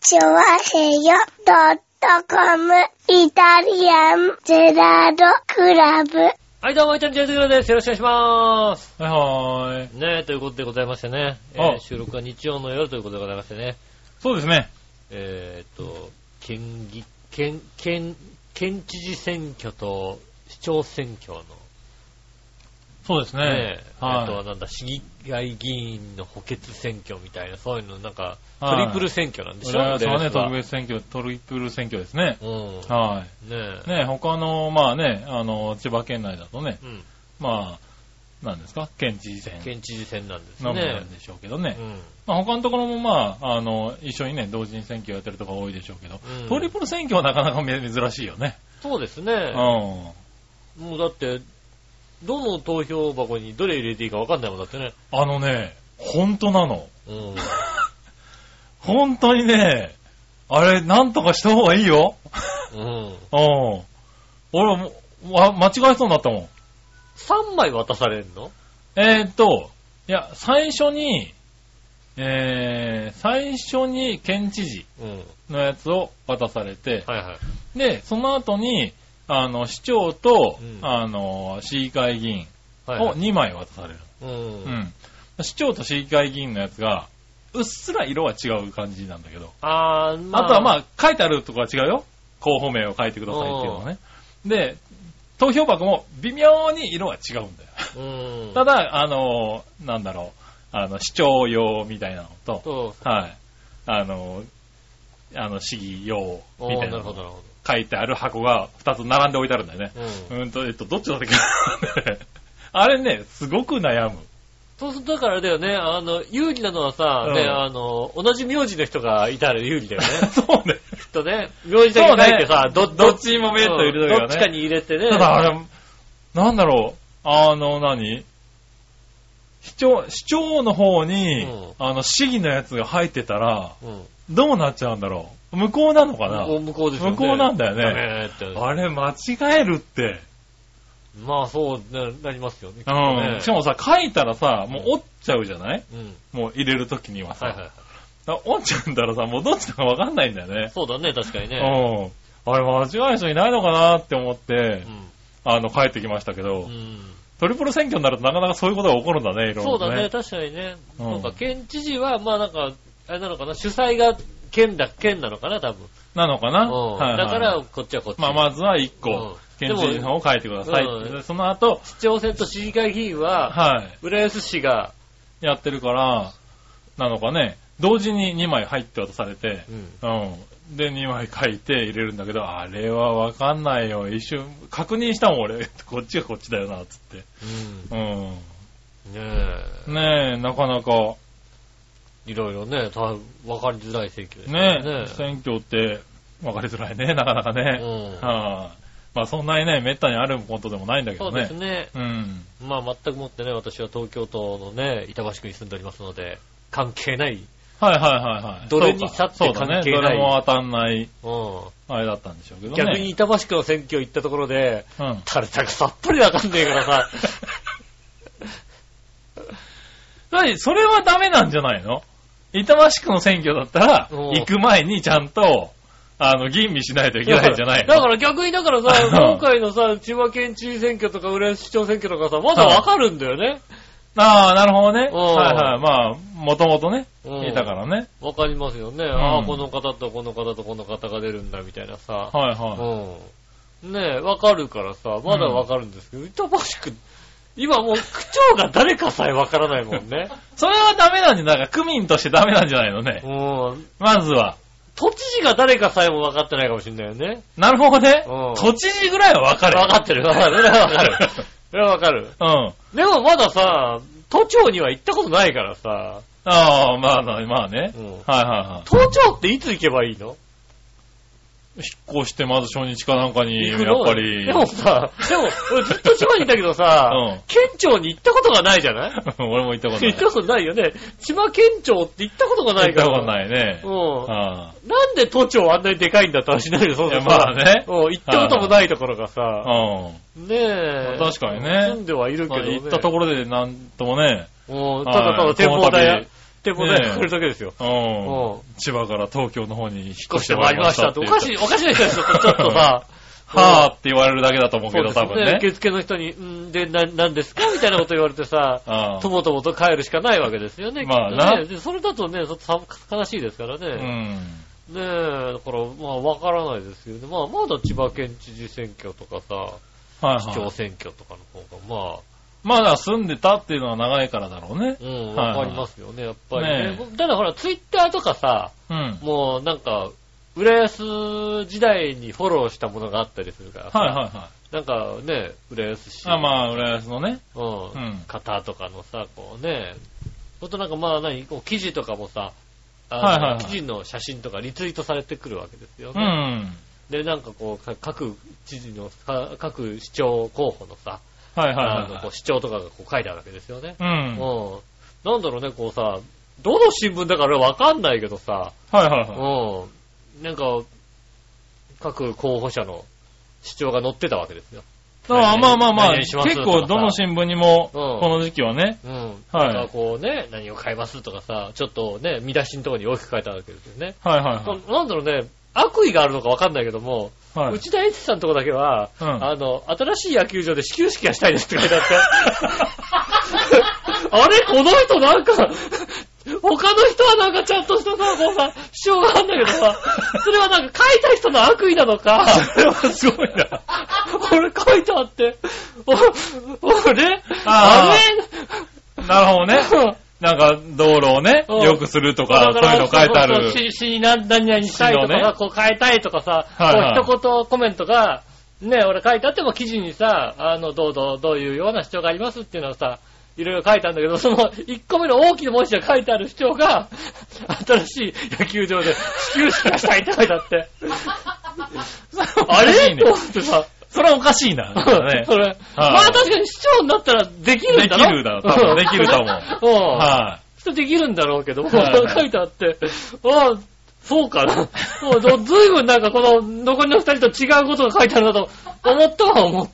チョワヘヨ.com イタリアンゼラードクラブ。 はい、どうも、イタリアンゼラードです。よろしくお願いしまーす。 はいはーい。 ねえ、ということでございましてね。収録は日曜の夜ということでございましてね。 そうですね。 県知事選挙と市長選挙の。 そうですね。 あとはなんだ、市議会議員の補欠選挙みたいな、そういうのなんか、トリプル選挙なんでしょ？ そうね、特別選挙、トリプル選挙ですね。はい。 ね他の、まあね、千葉県内だとね、まあ、なんですか、県知事選。 県知事選なんですね。 なんでしょうけどね。まあ他のところもまあ、一緒にね、同時に選挙やってるところ多いでしょうけど、トリプル選挙はなかなか珍しいよね。 そうですね。もうだって、どの投票箱にどれ入れていいか分かんないもんだってね。 本当なの。本当にね、あれ、なんとかした方がいいよ。俺も、間違えそうになったもん。 3枚渡されるの？ いや、最初に県知事のやつを渡されて、で、その後に、市長と、市議会議員を2枚渡される。市長と市議会議員のやつが、うっすら色は違う感じなんだけど。あとはまあ、書いてあるとこは違うよ。候補名を書いてくださいっていうのはね。で、投票箱も微妙に色は違うんだよ。ただ、なんだろう、市長用みたいなのと、市議用みたいなのと書いてある箱が2つ並んで置いてあるんだよね。どっちだったっけあれね、すごく悩む。 そうするとだからあれだよね、有利なのはさ、同じ名字の人がいたら有利だよね。 そうね。 きっとね、名字だけ書いてさ、 どっちもメット入れとけばね。 どっちかに入れてね。 ただあれ、なんだろう、市長の方に、市議のやつが入ってたら、どうなっちゃうんだろう。向こうなのかな？ 向こうですよね。 向こうなんだよね。あれ、間違えるって。 まあそうなりますよね。 しかもさ、書いたらさ、もう折っちゃうじゃない？もう入れるときにはさ。折っちゃうんだらさ、もうどっちだかわかんないんだよね。 そうだね、確かにね。 あれ間違える人いないのかなって思って、帰ってきましたけど、トリプル選挙になるとなかなかそういうことが起こるんだね、いろいろね。そうだね、 確かにね。なんか県知事は、まあなんか、あれなのかな、主催が県なのかな、多分。 なのかな？ だから、こっちはこっち。 まずは1個。県知事の方を書いてください。その後、 市長選と市議会議員は、浦安市がやってるから、なのかね、同時に2枚入って渡されて、で、2枚書いて入れるんだけど、あれはわかんないよ。一瞬、確認したもん、俺。こっちがこっちだよな、つって。ねえ、なかなか。 いろいろね、わかりづらい選挙ですね。選挙ってわかりづらいね、なかなかね。まあそんなにね、滅多にあることでもないんだけどね。 そうですね。まあ全くもってね、私は東京都のね、板橋区に住んでおりますので、関係ない。どれに差って関係ない。 どれも当たんない、あれだったんでしょうけどね。 逆に板橋区の選挙行ったところで、誰だかさっぱりわかんねえからさ。 それはダメなんじゃないの？板橋区の選挙だったら、行く前にちゃんと、吟味しないといけないんじゃないの？ だから逆にさ、今回のさ、千葉県知事選挙とか浦安市長選挙とかさ、まだわかるんだよね。 なるほどね。まあ、もともとね、いたからね。 わかりますよね。この方とこの方とこの方が出るんだみたいなさ。ねえ、わかるからさ、まだわかるんですけど、板橋区、今もう区長が誰かさえわからないもんね。 それはダメなんじゃないか。区民としてダメなんじゃないのね。まずは。 都知事が誰かさえも分かってないかもしれないよね。 なるほどね。都知事ぐらいは分かる。 分かってる。それは分かる。それは分かる。でもまださ、都庁には行ったことないからさ。 まあね。 都庁っていつ行けばいいの？ 引っ越してまず初日かなんかに、やっぱり。 でもさ、俺ずっと千葉にいたけどさ、県庁に行ったことがないじゃない俺も行ったことない。 行ったことないよね。千葉県庁って行ったことがないから。 行ったことないね。 なんで都庁あんなにでかいんだって話になるよ、そうだまあね。 行ったこともないところがさ。ねえ。 確かにね。 住んではいるけどね。 行ったところでなんともね。 ただ展望台って答えてくれるだけですよ。 千葉から東京の方に引っ越してまいりましたって。おかしい人ですよ、ちょっとさ。 はぁって言われるだけだと思うけど、多分ね。 受付の人に、で、何ですかみたいなこと言われてさ、とぼとぼと帰るしかないわけですよね。 まあな。 それだとね、ちょっと悲しいですからね。ねえ、だから、まあ、わからないですよね。まあ、まだ千葉県知事選挙とかさ、市長選挙とかの方が、 まだ住んでたっていうのは長いからだろうね。 わかりますよね、やっぱりね。ただほら、ツイッターとかさ、もうなんか、浦安時代にフォローしたものがあったりするからさ、なんかね、浦安市。 まあ、浦安のね。 方とかのさ、こうね、ほんとなんかまあ記事とかもさ、記事の写真とかリツイートされてくるわけですよね。で、なんかこう、各知事の、各市長候補のさ、市長とかがこう書いてあるわけですよね。なんだろうね、こうさ、どの新聞だからわかんないけどさ、なんか、各候補者の主張が載ってたわけですよ。 まあ、結構どの新聞にも、この時期はね。 なんかこうね、何を買いますとかさ、ちょっとね、見出しのところに大きく書いてあるわけですよね。なんだろうね、悪意があるのかわかんないけども、内田悦さんのとこだけは、新しい野球場で始球式がしたいですって書いてあって。あれこの人なんか、他の人はなんかちゃんとしたさ、こうさ、主張があるんだけどさ、それはなんか書いた人の悪意なのか、 それはすごいな。 これ書いてあって、俺、 なるほどね。なんか道路をね、良くするとか、そういうの書いてある。 市に何々したいとか、こう変えたいとかさ、一言コメントが、ね、俺書いてあっても記事にさ、どういうような主張がありますっていうのをさ、いろいろ書いたんだけど、その1個目の大きな文字が書いてある主張が、新しい野球場で始球式がしたいって書いてあって。あれと思ってさ、 それはおかしいな。 それ。まあ確かに市長になったらできるんだろ。 できるだろ。多分できると思う。 できるんだろうけど、書いてあって、そうかな。ずいぶんなんかこの残りの2人と違うことが書いてあるなと思った。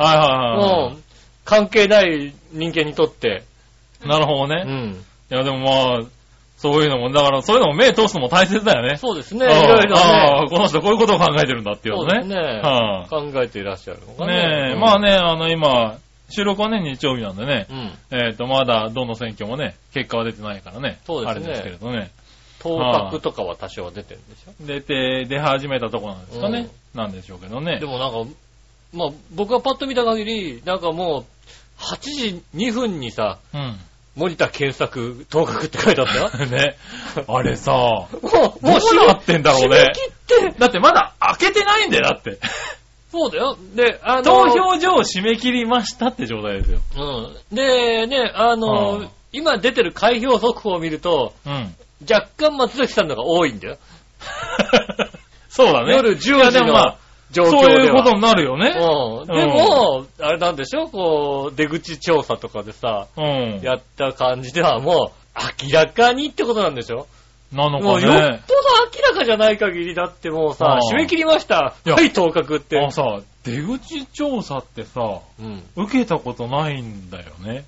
関係ない人間にとって。 なるほどね。いやでもまあ、そういうのも、だからそういうのも目通すのも大切だよね。 そうですね。いろいろね。 この人こういうことを考えてるんだっていうのね。 そうですね。考えていらっしゃるのかね。まあね、今、収録はね、日曜日なんでね。まだどの選挙もね、結果は出てないからね。 そうですね。 あれですけれどね。 当確とかは多少出てるんでしょ？ 出始めたとこなんですかね。なんでしょうけどね。 でもなんか、まあ僕がパッと見た限り、なんかもう、8時2分にさ、森田検索、当確って書いてあったよ。 ね。あれさ、もう閉まってんだろうね。 締め切って。 だってまだ開けてないんだよ、だって。 そうだよ。で、 投票所を締め切りましたって状態ですよ。 で、ね、今出てる開票速報を見ると、若干松崎さんのが多いんだよ。 そうだね。 夜10時の状況では。 そういうことになるよね。 でも、あれなんでしょこう、出口調査とかでさ、やった感じではもう、明らかにってことなんでしょなのかね。 もうよっぽど明らかじゃない限りだってもうさ、締め切りました。はい、当確って。 さ、出口調査ってさ、受けたことないんだよね。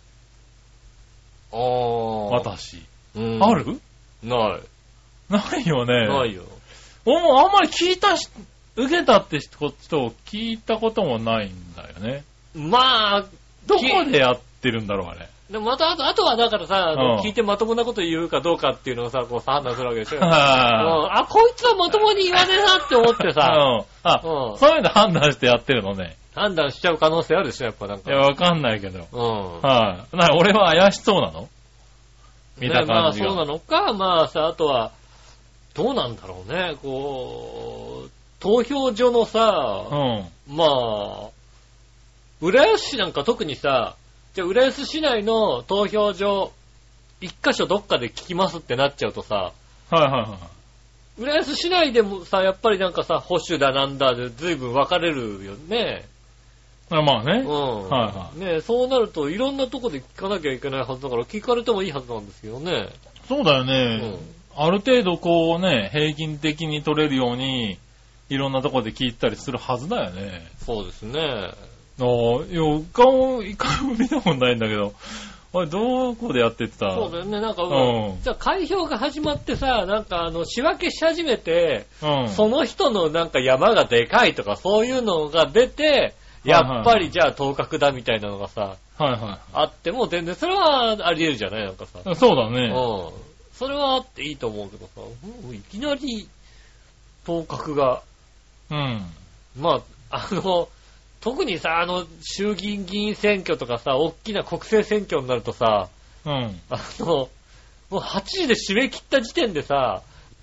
私。ある？ ない。 ないよね。 ないよ。 俺もあんまり受けたって人を聞いたこともないんだよね。 まあ、 どこでやってるんだろう、あれ。 でもまた、あとはだからさ、聞いてまともなこと言うかどうかっていうのをさ、こう判断するわけでしょ。こいつはまともに言わねえなって思ってさ。 そういうの判断してやってるのね。 判断しちゃう可能性あるでしょ、やっぱなんか。 いや、わかんないけど。俺は怪しそうなの？見た感じが。 まあそうなのか、まあさ、あとは、どうなんだろうね、こう、投票所のさ、まあ、浦安市なんか特にさ、じゃあ浦安市内の投票所、一箇所どっかで聞きますってなっちゃうとさ、浦安市内でもさ、やっぱりなんかさ、保守だなんだで随分分かれるよね。 まあね。 ね、そうなるといろんなとこで聞かなきゃいけないはずだから聞かれてもいいはずなんですけどね。 そうだよね。ある程度こうね、平均的に取れるように、いろんなとこで聞いたりするはずだよね。 そうですね。 一回も見たことないんだけど、 あれ、どこでやってた？ そうだよね、なんか、じゃあ開票が始まってさ、なんか仕分けし始めて、その人のなんか山がでかいとかそういうのが出て、やっぱりじゃあ当確だみたいなのがさ、あっても全然それはあり得るじゃないなんかさ。 そうだね。 それはあっていいと思うけどさ、いきなり当確が、まあ、特にさ、衆議院議員選挙とかさ、大きな国政選挙になるとさ、もう8時で締め切った時点でさ、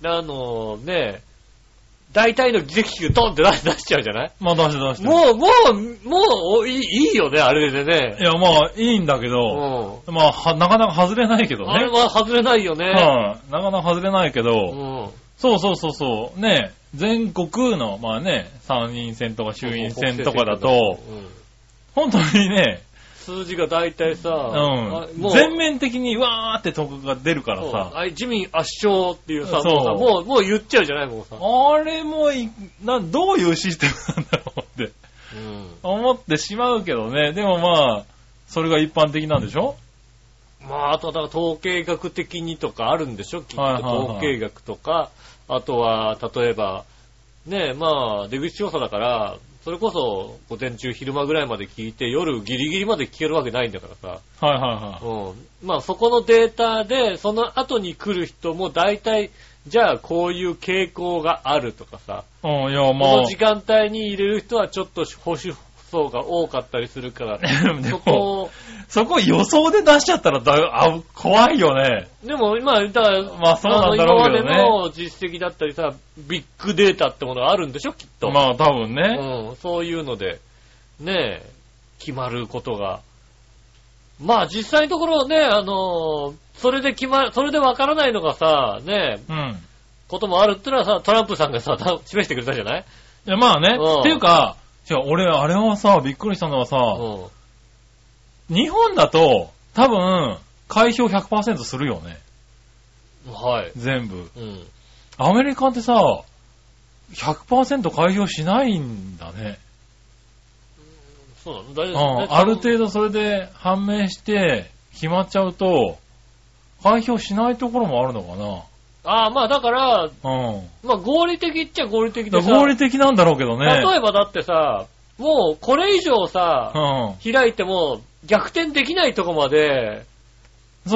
大体の議席数トンって出しちゃうじゃない？ まあ出して。 もういいよね、あれでね。 いや、まあいいんだけど、まあなかなか外れないけどね。 あれは外れないよね。 なかなか外れないけど、そう。ね、全国の、まあね、参院選とか衆院選とかだと、本当にね、 数字が大体さ、 もう全面的にわーって得が出るからさ。 自民圧勝っていうさ、もう言っちゃうじゃないもんさ。 あれもどういうシステムなんだろうって、思ってしまうけどね。でもまあ、それが一般的なんでしょ？ まあ、あとはだから統計学的にとかあるんでしょ？きっと統計学とか、あとは、例えば、ね、まあ、出口調査だから、それこそ、午前中昼間ぐらいまで聞いて、夜ギリギリまで聞けるわけないんだからさ。まあ、そこのデータで、その後に来る人も大体、じゃあこういう傾向があるとかさ。この時間帯に入れる人はちょっと保守層が多かったりするから、 そこ予想で出しちゃったら怖いよね。 でも今、だから、 まあそうなんだろうけどね。 今までの実績だったりさ、ビッグデータってものがあるんでしょ、きっと。 まあ多分ね。 そういうので、ね、決まることが。まあ実際のところね、それでわからないのがさ、ね、こともあるってのはさ、トランプさんがさ、示してくれたじゃない？ いや、まあね。っていうか、俺、あれはさ、びっくりしたのはさ、日本だと、多分、開票 100% するよね。 はい。 全部。アメリカってさ、100% 開票しないんだね。 そうなの？大丈夫ですね。 ある程度それで判明して決まっちゃうと、開票しないところもあるのかな。 まあだから、まあ合理的っちゃ合理的でさ。 合理的なんだろうけどね。 例えばだってさ、もうこれ以上さ、開いても逆転できないとこまで。そう。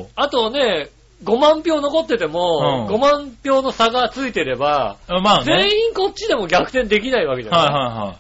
あとね、5万票残ってても、5万票の差がついてれば、まあね、全員こっちでも逆転できないわけじゃない。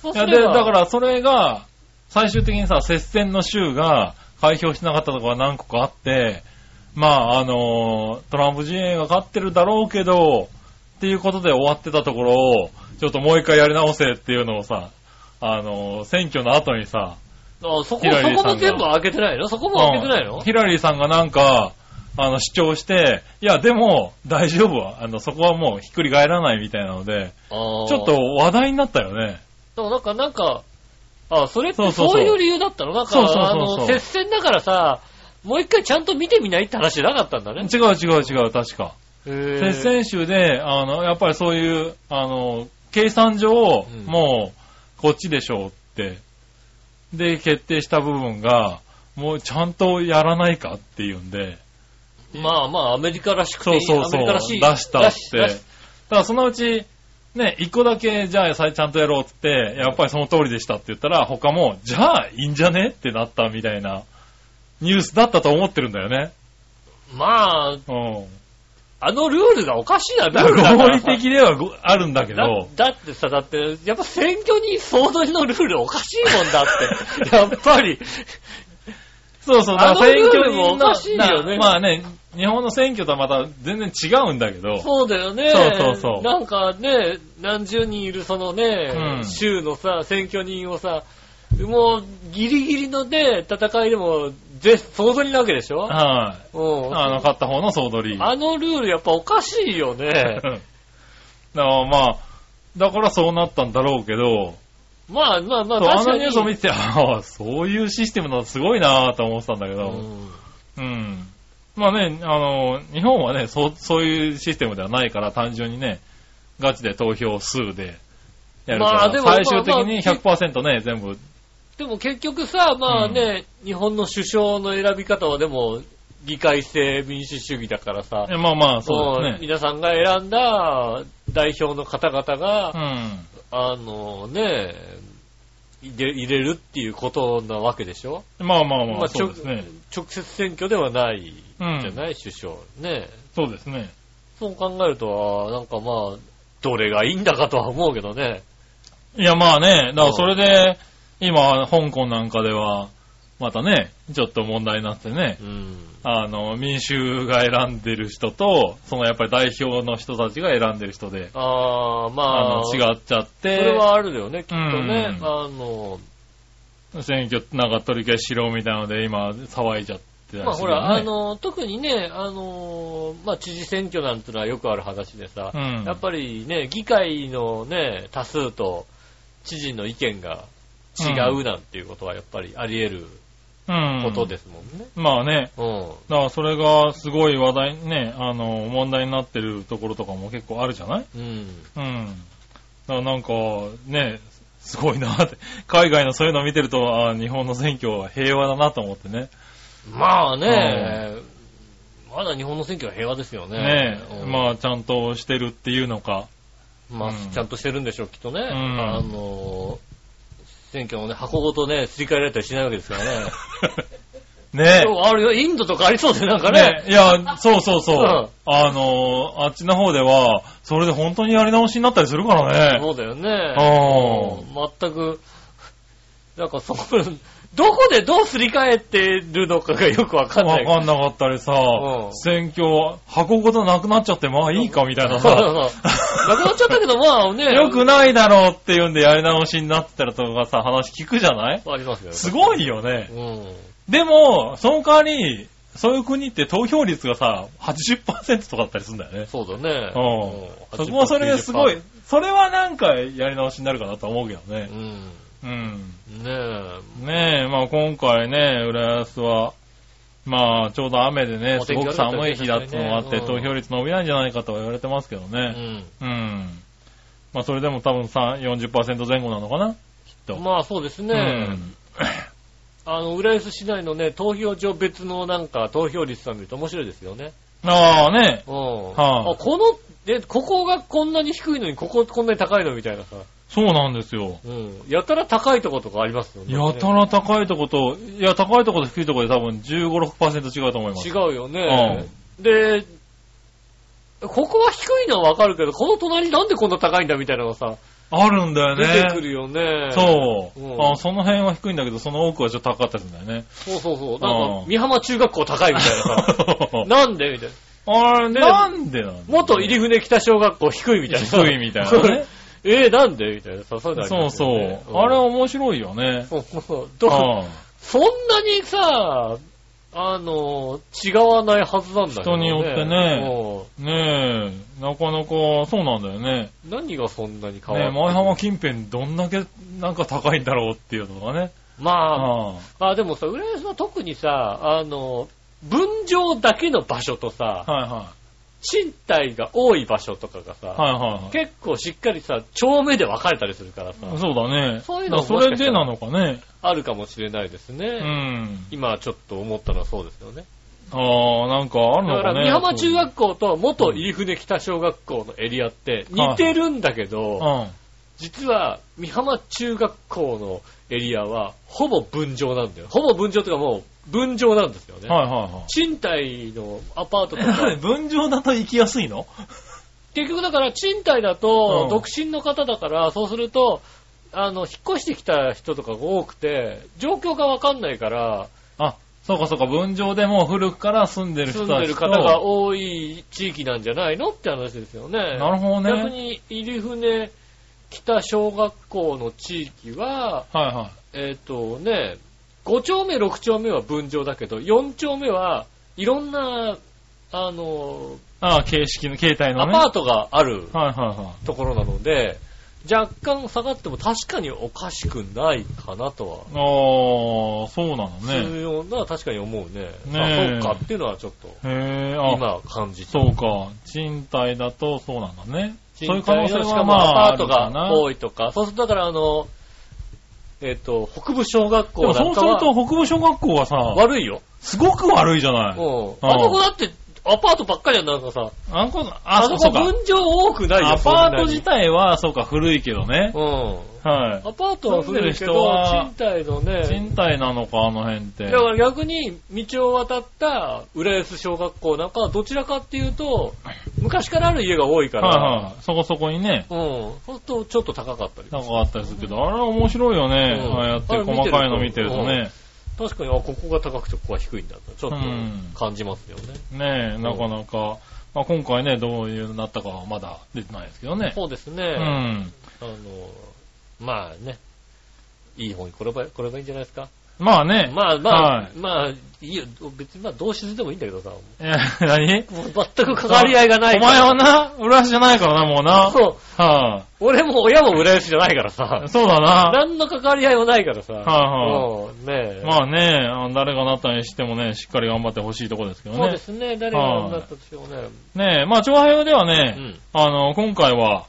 だからそれが、最終的にさ、接戦の州が開票しなかったところが何個かあって、まあトランプ陣営が勝ってるだろうけど、っていうことで終わってたところを、ちょっともう一回やり直せっていうのをさ、選挙の後にさ、 そこも全部開けてないの？そこも開けてないの？ ヒラリーさんがなんか、主張して、いや、でも、大丈夫は、そこはもうひっくり返らないみたいなので、ちょっと話題になったよね。 なんか、それってそういう理由だったの？なんか、接戦だからさ、もう一回ちゃんと見てみないって話じゃなかったんだね。 違う、確か。接戦州で、やっぱりそういう、計算上、もう、こっちでしょうって、で、決定した部分が、もうちゃんとやらないかっていうんで。 まあ、アメリカらしくていい。 アメリカらしい。出したって。だからそのうち、ね、一個だけ、じゃあちゃんとやろうって言って、やっぱりその通りでしたって言ったら、他も、じゃあいいんじゃねってなったみたいな、ニュースだったと思ってるんだよね。 まあ、ルールがおかしいな、ルールだ合理的ではあるんだけど。 だってさ、やっぱ選挙人総取りのルールおかしいもんだって。やっぱり。 そう、選挙人もおかしいよね。 まあね、日本の選挙とはまた全然違うんだけど。 そうだよね。 そう。 なんかね、何十人いるそのね、州のさ、選挙人をさ、もうギリギリのね、戦いでも、総取りなわけでしょ？ はい。勝った方の総取り。 ルールやっぱおかしいよね。 だからそうなったんだろうけど。 まあ、 ニュースを見て、そういうシステムなのすごいなぁと思ってたんだけど。まあね、日本はね、そういうシステムではないから、単純にね、ガチで投票数でやるから、最終的に 100% ね、全部でも結局さ、まあね、日本の首相の選び方はでも、議会制民主主義だからさ。 まあまあ、そうですね。 皆さんが選んだ代表の方々が、入れるっていうことなわけでしょ？ まあまあまあ、そうですね。 直接選挙ではないじゃない、首相。ね。 そうですね。 そう考えると、なんかまあ、どれがいいんだかとは思うけどね。 いやまあね、だからそれで、今、香港なんかでは、またね、ちょっと問題になってね、民衆が選んでる人と、そのやっぱり代表の人たちが選んでる人で、違っちゃって。 それはあるよね、きっとね。 選挙なんか取り消ししろみたいなので今騒いじゃって、ね。 まあほら、特にね、まあ知事選挙なんてのはよくある話でさ、やっぱりね、議会のね、多数と知事の意見が違うなんていうことはやっぱりあり得る。ことですもんね。 まあね。だからそれがすごい話題ね、問題になってるところとかも結構あるじゃない？だからなんかね、すごいなって。海外のそういうのを見てると、日本の選挙は平和だなと思ってね。 まあね、まだ日本の選挙は平和ですよね。 まあちゃんとしてるっていうのか。 まあちゃんとしてるんでしょう、きっとね。選挙のね、箱ごとね、すり替えられたりしないわけですからね。 ねえ。 あるよ、インドとかありそうでなんかね。 いや、そうそうそう。あっちの方では、それで本当にやり直しになったりするからね。 そうだよね。全く、なんかどこでどうすり替えてるのかがよくわかんない。 わかんなかったりさ、選挙、箱ごとなくなっちゃって、まあいいかみたいなさ。 なくなっちゃったけど、まあね。 よくないだろうっていうんでやり直しになってたらとかさ、話聞くじゃない？ ありますよね。 すごいよね。でも、その代わり、そういう国って投票率がさ、80% とかだったりするんだよね。 そうだね。 そこはそれですごい。それはなんかやり直しになるかなと思うけどね。ねえ、まあ今回ね、浦安は、まあちょうど雨でね、すごく寒い日だってのがあって、投票率伸びないんじゃないかとは言われてますけどね。まあそれでも多分40% 前後なのかな、きっと。 まあそうですね。浦安市内のね、投票所別のなんか投票率を見ると面白いですよね。 ああね。 ここがこんなに低いのに、こんなに高いのみたいなさ。 そうなんですよ。 やたら高いとことかありますよね。 やたら高いとこと、高いとこと低いとこで多分15、6% 違うと思います。 違うよね。で、ここは低いのはわかるけど、この隣なんでこんな高いんだみたいなのがさ、 あるんだよね。 出てくるよね。 そう。その辺は低いんだけど、その奥はちょっと高かったりするんだよね。 そう。なんか、美浜中学校高いみたいなさ。なんでみたいな。なんでなんだ元入船北小学校低いみたいな。 低いみたいなね。 なんでみたいなさ、そうそう。あれ面白いよね。 そんなにさ、違わないはずなんだけどね。 人によってね。ねえ、なかなかそうなんだよね。 何がそんなに変わる？ ねえ、前浜近辺どんだけなんか高いんだろうっていうのがね。 まあでもさ、浦安は特にさ、分譲だけの場所とさ、賃貸が多い場所とかがさ、結構しっかりさ、丁目で分かれたりするからさ。 そうだね。 そういうのそれでなのかね。 あるかもしれないですね。今ちょっと思ったのはそうですよね。 なんかあるのかね。 だから美浜中学校と元入船北小学校のエリアって似てるんだけど、実は美浜中学校のエリアはほぼ分譲なんだよ。ほぼ分譲とかもう分譲なんですよね。賃貸のアパートとか。 分譲だと行きやすいの？ 結局だから賃貸だと独身の方だから、そうすると引っ越してきた人とかが多くて状況がわかんないから。 そうか、分譲でも古くから住んでる人たちと住んでる方が多い地域なんじゃないのって話ですよね。 なるほどね。 逆に入船北小学校の地域は、5丁目、6丁目は分譲だけど、4丁目はいろんな、 形式の、形態のね。アパートがあるところなので、若干下がっても確かにおかしくないかなとは。 そうなのね。 そういうような確かに思うね。そうかっていうのはちょっと、今感じて。 そうか。賃貸だとそうなんだね。 そういう可能性はしかもアパートが多いとか。そうするとだから北部小学校なんかは。 そうすると北部小学校はさ、 悪いよ。 すごく悪いじゃない。 あそこだって、アパートばっかりなんかさ。あそこ分譲多くないよ。 アパート自体は、そうか、古いけどね。 はい。アパートは古いけど、賃貸のね。 賃貸なのか、あの辺って。 だから逆に、道を渡った浦安小学校なんかはどちらかっていうと、昔からある家が多いから。 そこそこにね。 そうするとちょっと高かったり。 高かったりするけど、あれは面白いよね。ああやって細かいの見てるとね。 確かに、ここが高くてここが低いんだと、ちょっと感じますよね。 ねえ、なかなか。今回ね、どういうなったかはまだ出てないですけどね。 そうですね。まあね、いい方に転ばいいんじゃないですか。 まあね。 まあ、いいよ。別に同質でもいいんだけどさ。 何？ もう全く関わり合いがないから。お前はな、浦安じゃないからな、もうな。 そう。俺も親も浦安じゃないからさ。 そうだな。 何の関わり合いもないからさ。 ねえ。まあね、誰がなったにしてもね、しっかり頑張ってほしいところですけどね。 そうですね、誰がなったとしてもね。 ねえ、まあ、長平ではね、今回は、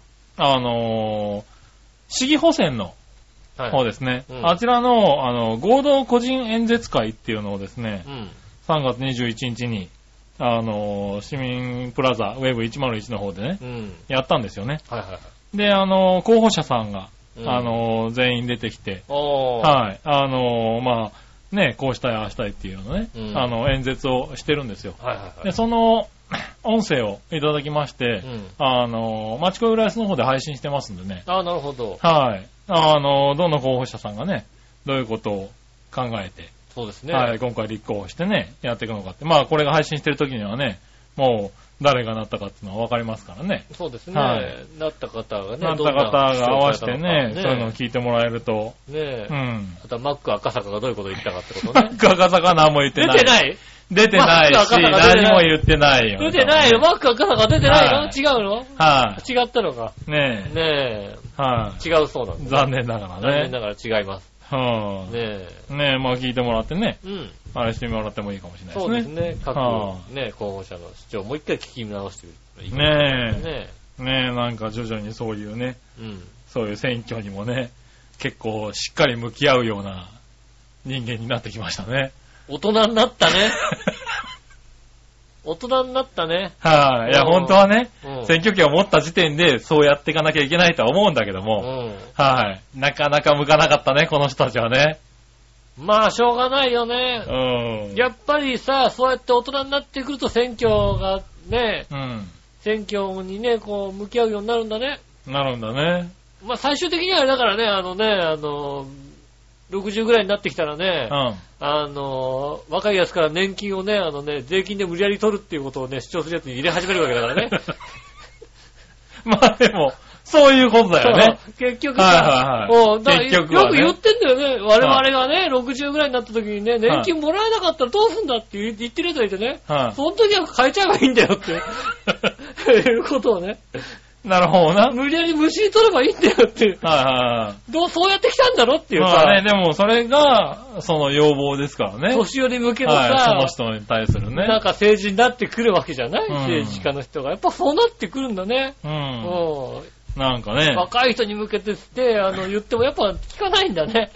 市議補選の、そうですね。あちらの、合同個人演説会っていうのをですね、3月21日に、市民プラザウェブ101の方でね、やったんですよね。で、候補者さんが、全員出てきて、まあ、ね、こうしたい、ああしたいっていうのね、演説をしてるんですよ。で、その、音声をいただきまして、マチコ浦安の方で配信してますんでね。 なるほど。 はい。どの候補者さんがね、どういうことを考えて、 そうですね。 はい、今回立候補してね、やっていくのかって。まあ、これが配信してる時にはね、もう、誰がなったかっていうのは分かりますからね。 そうですね。なった方がね、 なった方が合わせてね、そういうのを聞いてもらえると。 ねえ。あとはマック赤坂がどういうことを言ったかってことね。 マック赤坂は何も言ってない。 出てない出てないし、何も言ってないよ。 出てないよ。マック赤坂出てないの違うの違ったのか。 ねえ。 ねえ。違うそうなんです。 残念ながらね。 残念ながら違います。ねえ。ねえ、まあ聞いてもらってね。あれしてもらってもいいかもしれないですね。 そうですね。各ね、候補者の主張もう一回聞き直してみるといいかもしれないね。ねえ、なんか徐々にそういうね、そういう選挙にもね、結構しっかり向き合うような人間になってきましたね。 大人になったね。大人になったね。 いや、本当はね、選挙権を持った時点でそうやっていかなきゃいけないとは思うんだけども、なかなか向かなかったね、この人たちはね。 まあ、しょうがないよね。やっぱりさ、そうやって大人になってくると選挙がね、選挙にね、こう、向き合うようになるんだね。 なるんだね。 まあ、最終的にはあれだからね、60ぐらいになってきたらね、若いやつから年金をね、税金で無理やり取るっていうことをね、主張するやつに入れ始めるわけだからね。 まあでも、そういうことだよね。 結局さ、結局よく言ってんだよね。我々がね、60ぐらいになった時にね、年金もらえなかったらどうすんだって言ってるやつがいてね、その時は変えちゃえばいいんだよって、いうことをね。 なるほどな。 無理やり虫に取ればいいんだよっていう。そうやってきたんだろっていうさ。 まあね、でもそれが、その要望ですからね。 年寄り向けのさ、 その人に対するね。 なんか政治になってくるわけじゃない、政治家の人が。やっぱそうなってくるんだね。 なんかね。 若い人に向けてって言ってもやっぱ聞かないんだね。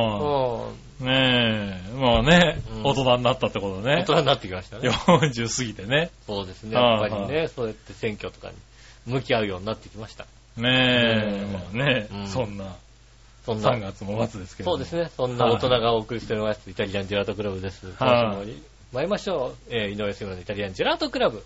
ねえ、まあね、大人になったってことね。 大人になってきましたね。 40過ぎてね。 そうですね。やっぱりね、そうやって選挙とかに向き合うようになってきました。 ねえ、まあね、そんな3月も末ですけど。 そうですね。そんな大人がお送りしております。イタリアンジェラートクラブです。今週も参りましょう。井上杉村のイタリアンジェラートクラブ。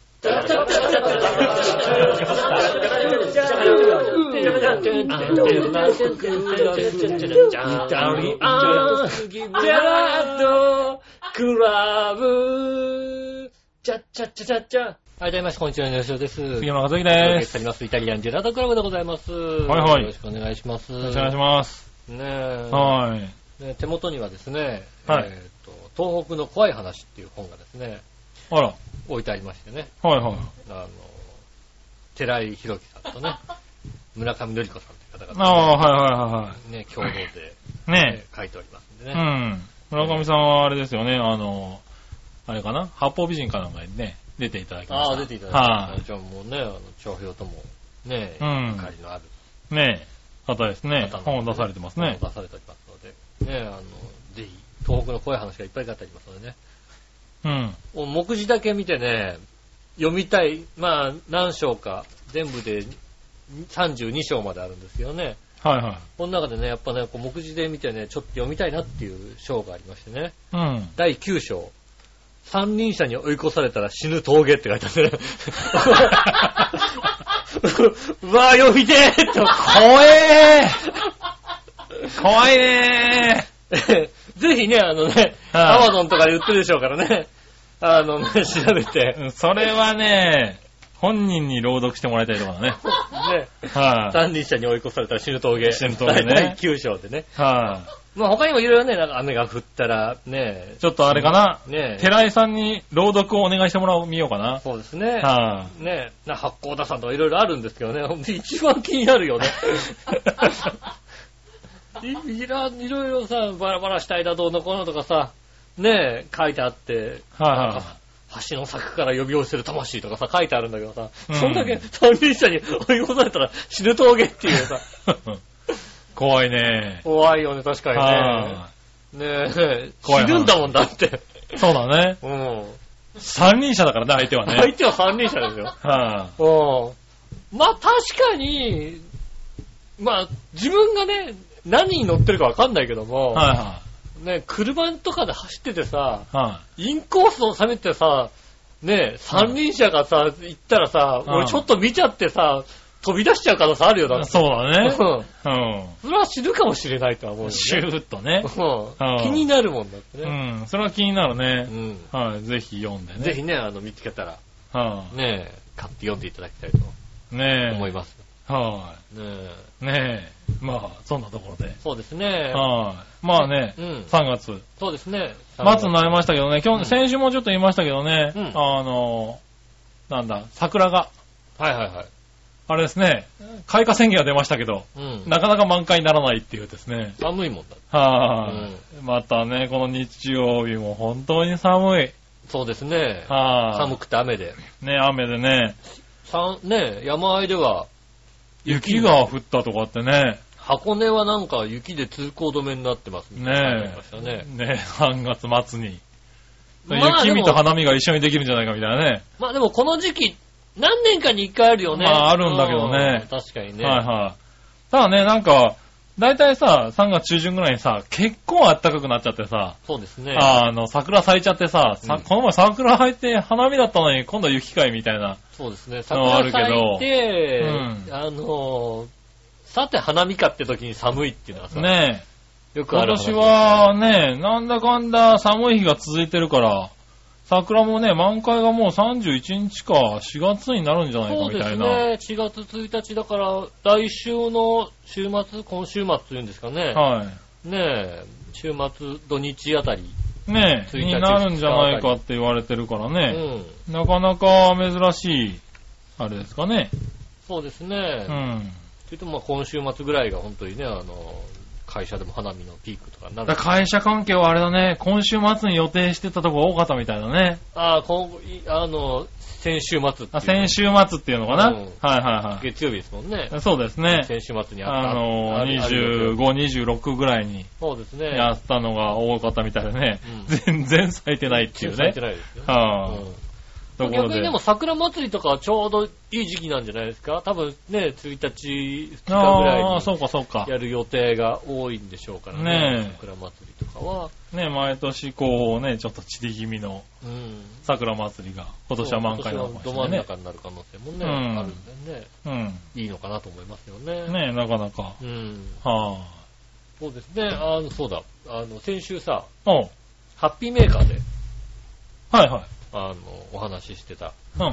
はい、どうもみなさん、こんにちは、吉尾です。 杉山和樹です。 イタリアンジェラートクラブでございます。 はいはい。 よろしくお願いします。 よろしくお願いします。 ねえ。 はい。 手元にはですね、東北の怖い話っていう本がですね、置いてありましてね。 はいはい。 寺井宏樹さんとね、村上典子さんという方が、はい。 ね、共同で、 ね、 書いておりますんでね。 村上さんはあれですよね、あれかな、八方美人かなんかにね、出ていただきました。 出ていただきました。じゃあもうね、長平とも、ね、ゆかりのある。 ね、方ですね。本を出されてますね。 出されておりますので、 ね、ぜひ、東北の怖い話がいっぱい書いてありますのでね。うん。目次だけ見てね、読みたい、まあ、何章か、全部で32章まであるんですよね。はいはい。この中でね、やっぱね、こう目次で見てね、ちょっと読みたいなっていう章がありましてね。うん。第9章。三輪車に追い越されたら死ぬ峠って書いてあってね。うわぁ、読みてーって。 怖えー怖いねーぜひね、アマゾンとかで売ってるでしょうからね。調べて。 それはね、本人に朗読してもらいたいところだね。 ね。はい。三輪車に追い越されたら死ぬ峠。 死ぬ峠ね。 第9章でね。はい。まあ他にもいろいろね、なんか雨が降ったらね。 ちょっとあれかな。ね。寺井さんに朗読をお願いしてもらおう、見ようかな。 そうですね。はい。ね。八甲田さんとかいろいろあるんですけどね。一番気になるよね。いろいろさ、バラバラしたいだどうのこうのとかさ、ね書いてあって。はいはい。橋の柵から呼び寄せる魂とかさ、書いてあるんだけどさ、そんだけ三輪車に追い越されたら死ぬ峠っていうさ。 怖いね。 怖いよね、確かにね。ねえ、死ぬんだもんだって。 そうだね。うん。三輪車だからね、相手はね。 相手は三輪車ですよ。はい、うん。まあ確かに、まあ自分がね、何に乗ってるかわかんないけども、はいはい。ね、車とかで走っててさ、はい、インコースを収めてさ、ね、三輪車がさ、行ったらさ、俺ちょっと見ちゃってさ、飛び出しちゃう可能性あるよ、だって。 そうだね。うん。うん。 それは死ぬかもしれないとは思うよね。 シューッとね。 うん。気になるもんだってね。うん。それは気になるね。うん。はい。ぜひ読んでね。 ぜひね、見つけたら、ね、買って読んでいただきたいと思います。 はい。ねえ。まあ、そんなところで。 そうですね。 はい。まあね、3月。 そうですね。 末になりましたけどね、先週もちょっと言いましたけどね、なんだ、桜が。 はいはいはい。 あれですね、開花宣言が出ましたけど、なかなか満開にならないっていうですね。 寒いもんだ。 はい。またね、この日曜日も本当に寒い。 そうですね。寒くて雨で。 ね、雨でね。 ね、山あいでは、 雪が降ったとかってね。 箱根はなんか雪で通行止めになってますね。 ね3月末に。雪見と花見が一緒にできるんじゃないかみたいなね。 まあでもこの時期、何年かに一回あるよね。 まああるんだけどね。 確かにね。 はいはい。ただね、なんか、だいたいさ、3月中旬ぐらいにさ、結構暖かくなっちゃってさ。 そうですね。 桜咲いちゃってさ、この前桜咲いて花見だったのに今度は雪かいみたいな。 そうですね。桜咲いて、さて花見かって時に寒いっていうのはさ。 ねえ。よくある話。 今年はね、なんだかんだ寒い日が続いてるから、桜もね、満開がもう31日か4月になるんじゃないかみたいな。 そうですね。4月1日だから、来週の週末、今週末というんですかね。はい。ねえ、週末、土日あたり。 ねえ、になるんじゃないかって言われてるからね。うん。なかなか珍しい、あれですかね。 そうですね。うん。といっても今週末ぐらいが本当にね、会社でも花見のピークとかになる。 会社関係はあれだね、今週末に予定してたとこ多かったみたいだね。 先週末っていう。 先週末っていうのかな、はいはいはい。 月曜日ですもんね。 そうですね。 先週末にあった。 25、26ぐらいに。 そうですね。 やったのが多かったみたいでね。全然咲いてないっていうね。 咲いてないですよ。はぁ。逆にでも桜祭りとかはちょうどいい時期なんじゃないですか。多分ね、1日、2日ぐらいにやる予定が多いんでしょうからね。桜祭りとかは。 ね、毎年こうね、ちょっと散り気味の桜祭りが今年は満開なのかもしれないね。 ど真ん中になる可能性もね、あるんでね。いいのかなと思いますよね。 ね、なかなか。はぁ。 そうですね、そうだ、先週さ、ハッピーメーカーで。 はいはい。 お話ししてた。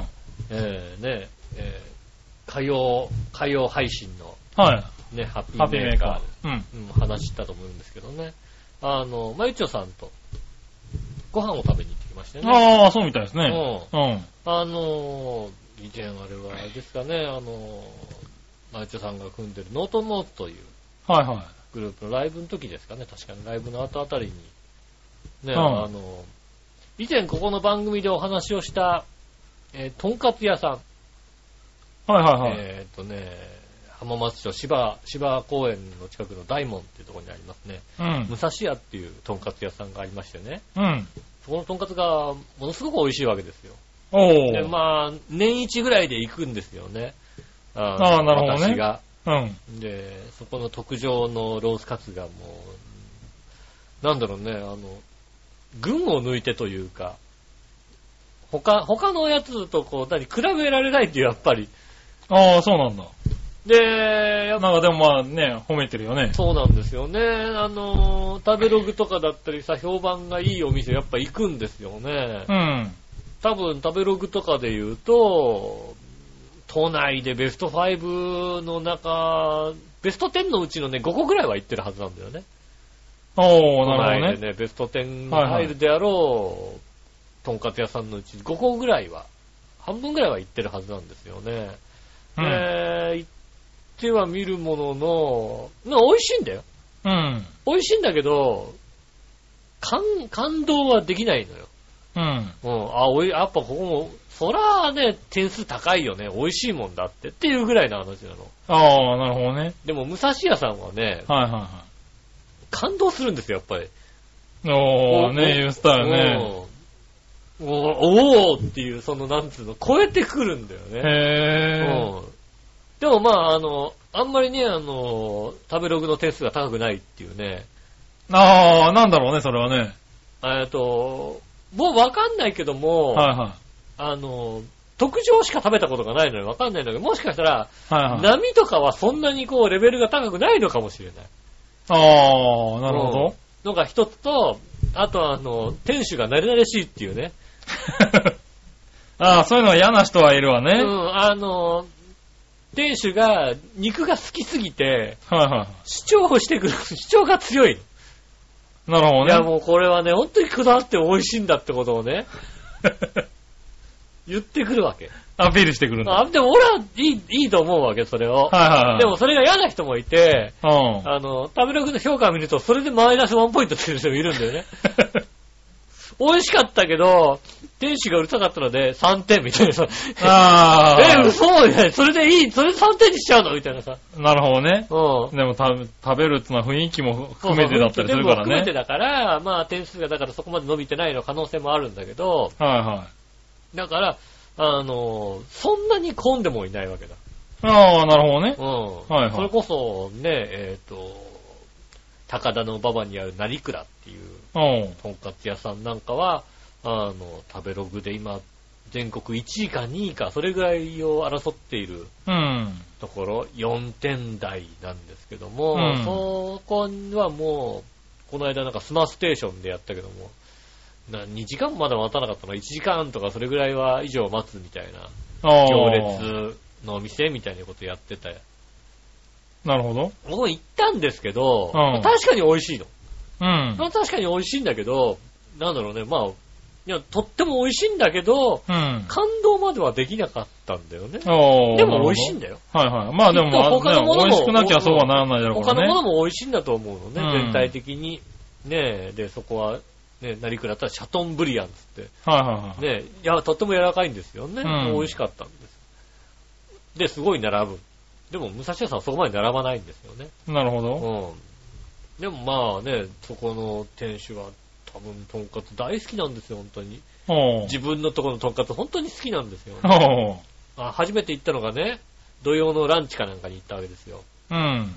火曜配信の、ね、ハッピーメーカーで、話したと思うんですけどね。まゆちょさんと、ご飯を食べに行ってきましたよね。 ああ、そうみたいですね。 以前あれはあれですかね、まゆちょさんが組んでるノートノートという、グループのライブの時ですかね、確かにライブの後あたりに、ね、以前ここの番組でお話をした、とんかつ屋さん。 浜松町芝公園の近くの大門っていうところにありますね。うん。武蔵屋っていうとんかつ屋さんがありましてね。うん。そこのとんかつがものすごく美味しいわけですよ。で、まあ、年一ぐらいで行くんですよね。なるほどね。私が。うん。で、そこの特上のロースカツがもう、なんだろうね、群を抜いてというか、他のやつとこう、比べられないっていう、やっぱり。 ああ、そうなんだ。 で、 なんかでもまあね、褒めてるよね。 そうなんですよね。食べログとかだったりさ、評判がいいお店やっぱ行くんですよね。うん。多分食べログとかで言うと、都内でベスト5の中、ベスト10のうちのね、5個ぐらいは行ってるはずなんだよね。 なるほどね。 都内でね、ベスト10に入るであろう、とんかつ屋さんのうち5個ぐらいは、半分ぐらいは行ってるはずなんですよね。行っては見るものの、美味しいんだよ。うん。美味しいんだけど、感動はできないのよ。うん。やっぱここも、そらね、点数高いよね。美味しいもんだっていうぐらいの話なの。 ああ、なるほどね。 でも、武蔵屋さんはね、はいはいはい。感動するんですよ、やっぱり。 ね、言ったよね。 おーっていう、なんつうの、超えてくるんだよね。へー。でもまあ、あんまりね、食べログの点数が高くないっていうね。 ああ、なんだろうね、それはね。 もうわかんないけども、はいはい。特上しか食べたことがないのにわかんないんだけど、もしかしたら、はいはい、波とかはそんなにこう、レベルが高くないのかもしれない。 ああ、なるほど。 のが一つと、あと店主が慣れ慣れしいっていうね。 ああ、そういうのは嫌な人はいるわね。 うん、店主が肉が好きすぎて、はいはい、主張が強い。 なるほどね。 いやもうこれはね、本当にこだわって美味しいんだってことをね、言ってくるわけ。 アピールしてくるんだ。 でも俺はいいと思うわけ、それを。はいはいはい、でもそれが嫌な人もいて、うん、食べログの評価を見ると、それでマイナス1ポイントっていう人もいるんだよね。美味しかったけど、店主がうるさかったので3点みたいなさ。ああ。嘘みたいな。それでいい、それで3点にしちゃうのみたいなさ。 なるほどね。うん。でも食べるってのは雰囲気も含めてだったりするからね。 含めてだから、まあ点数がだからそこまで伸びてないの可能性もあるんだけど。はいはい。だから、そんなに混んでもいないわけだ。 ああ、なるほどね。 うん。はいはい。それこそね、高田の馬場にある成倉っていうとんかつ屋さんなんかは、食べログで今、全国1位か2位か、それぐらいを争っているところ、4点台なんですけども、うん、そこはもう、この間なんかスマステーションでやったけども、2時間まで待たなかったの ?1 時間とかそれぐらいは以上待つみたいな、行列の店みたいなことやってたよ。 なるほど。 僕も行ったんですけど、うん、確かに美味しいの。うん。確かに美味しいんだけど、なんだろうね、まあ、いや、とっても美味しいんだけど、うん、感動まではできなかったんだよね。でも美味しいんだよ。 はいはい。まあでも、 他のものも、 美味しくなきゃそうはならないだろうからね。 他のものも美味しいんだと思うのね、全体的に。ねえ、で、そこは、ね、成倉だったらシャトンブリアンつって。はいはいはい。ねえ、いや、とっても柔らかいんですよね。美味しかったんです。で、すごい並ぶ。でも、武蔵屋さんはそこまで並ばないんですよね。 なるほど。 うん。でもまあね、そこの店主は多分トンカツ大好きなんですよ、本当に。自分のところのトンカツ本当に好きなんですよ、ね。初めて行ったのがね、土曜のランチかなんかに行ったわけですよ。うん。